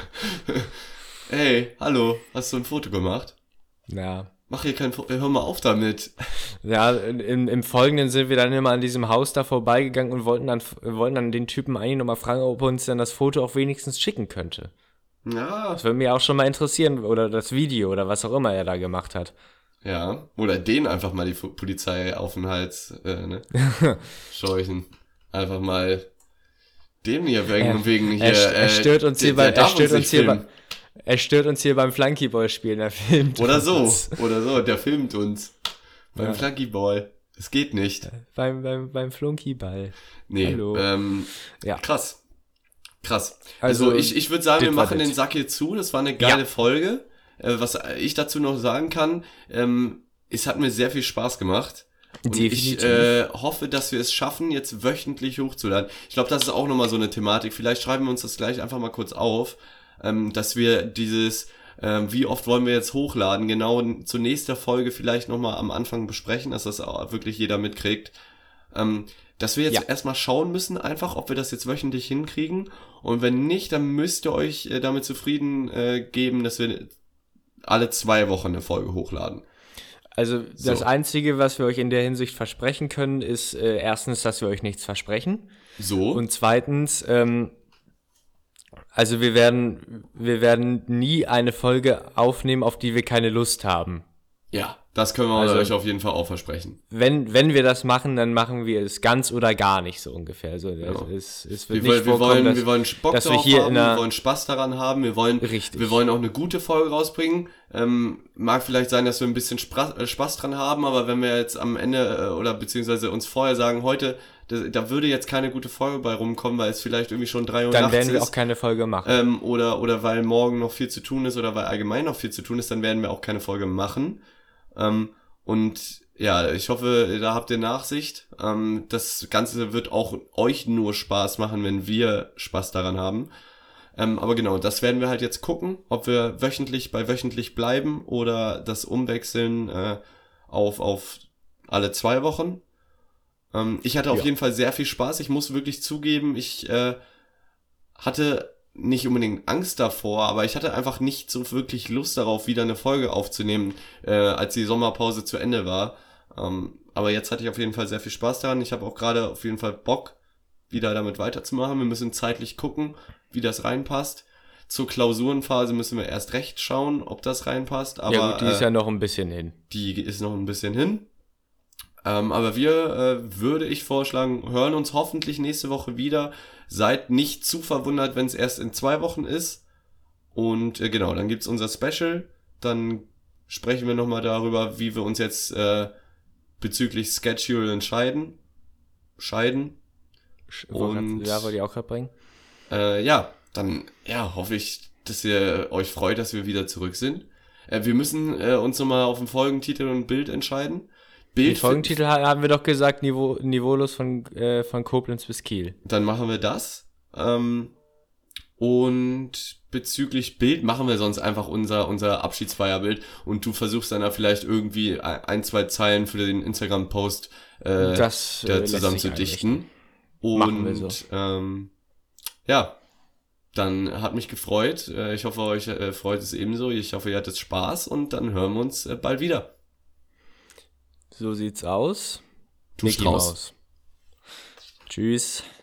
Ey, hallo, hast du ein Foto gemacht? Ja. Mach hier kein Foto, hör mal auf damit. Ja, im Folgenden sind wir dann immer an diesem Haus da vorbeigegangen und wollten dann den Typen eigentlich nochmal fragen, ob er uns dann das Foto auch wenigstens schicken könnte. Ja. Das würde mich auch schon mal interessieren, oder das Video, oder was auch immer er da gemacht hat. Ja, oder den einfach mal die Polizei auf den Hals scheuchen. Einfach mal dem hier wegen hier. Er stört uns hier beim Flunkyball spielen, er filmt uns. Oder so, der filmt uns. Beim Flunkyball. Es geht nicht. Beim Flunkyball. Nee, hallo. Ja. Krass. Also ich würde sagen, wir machen den Sack hier zu. Das war eine geile Folge. Was ich dazu noch sagen kann, es hat mir sehr viel Spaß gemacht. Und ich hoffe, dass wir es schaffen, jetzt wöchentlich hochzuladen. Ich glaube, das ist auch nochmal so eine Thematik. Vielleicht schreiben wir uns das gleich einfach mal kurz auf, dass wir dieses, wie oft wollen wir jetzt hochladen, genau zur nächsten Folge vielleicht nochmal am Anfang besprechen, dass das auch wirklich jeder mitkriegt. Dass wir jetzt erstmal schauen müssen, einfach, ob wir das jetzt wöchentlich hinkriegen. Und wenn nicht, dann müsst ihr euch damit zufrieden geben, dass wir alle 2 Wochen eine Folge hochladen. Also das Einzige, was wir euch in der Hinsicht versprechen können, ist erstens, dass wir euch nichts versprechen. So. Und zweitens, also wir werden nie eine Folge aufnehmen, auf die wir keine Lust haben. Ja, Das können wir euch auf jeden Fall auch versprechen. Wenn wir das machen, dann machen wir es ganz oder gar nicht, so ungefähr. Also es wird nicht vorkommen, wir wollen Bock dass drauf wir hier haben, wir wollen Spaß daran haben, wir wollen auch eine gute Folge rausbringen. Mag vielleicht sein, dass wir ein bisschen Spaß dran haben, aber wenn wir jetzt am Ende oder beziehungsweise uns vorher sagen, heute, da würde jetzt keine gute Folge bei rumkommen, weil es vielleicht irgendwie schon 3 Uhr nachts ist. Dann werden wir auch keine Folge machen. Oder weil morgen noch viel zu tun ist oder weil allgemein noch viel zu tun ist, dann werden wir auch keine Folge machen. Und ja, ich hoffe, da habt ihr Nachsicht. Das Ganze wird auch euch nur Spaß machen, wenn wir Spaß daran haben. Aber genau, das werden wir halt jetzt gucken, ob wir wöchentlich bleiben oder das umwechseln auf alle 2 Wochen. Ich hatte auf jeden Fall sehr viel Spaß. Ich muss wirklich zugeben, ich hatte nicht unbedingt Angst davor, aber ich hatte einfach nicht so wirklich Lust darauf, wieder eine Folge aufzunehmen, als die Sommerpause zu Ende war. Aber jetzt hatte ich auf jeden Fall sehr viel Spaß daran. Ich habe auch gerade auf jeden Fall Bock, wieder damit weiterzumachen. Wir müssen zeitlich gucken, wie das reinpasst. Zur Klausurenphase müssen wir erst recht schauen, ob das reinpasst. Aber ja gut, die ist ja noch ein bisschen hin. Die ist noch ein bisschen hin. Aber wir, würde ich vorschlagen, hören uns hoffentlich nächste Woche wieder. Seid nicht zu verwundert, wenn es erst in 2 Wochen ist. Und genau, dann gibt's unser Special. Dann sprechen wir nochmal darüber, wie wir uns jetzt bezüglich Schedule entscheiden. Und ja, wollte ich auch gerade bringen. Dann hoffe ich, dass ihr euch freut, dass wir wieder zurück sind. Wir müssen uns nochmal auf den Folgentitel und Bild entscheiden. Den Folgentitel haben wir doch gesagt, niveaulos von Koblenz bis Kiel. Dann machen wir das. Und bezüglich Bild machen wir sonst einfach unser Abschiedsfeierbild und du versuchst dann da vielleicht irgendwie 1-2 Zeilen für den Instagram-Post zusammenzudichten. Machen wir so. Dann hat mich gefreut. Ich hoffe, euch freut es ebenso. Ich hoffe, ihr hattet Spaß und dann hören wir uns bald wieder. So sieht's aus. Mickey Maus. Tschüss.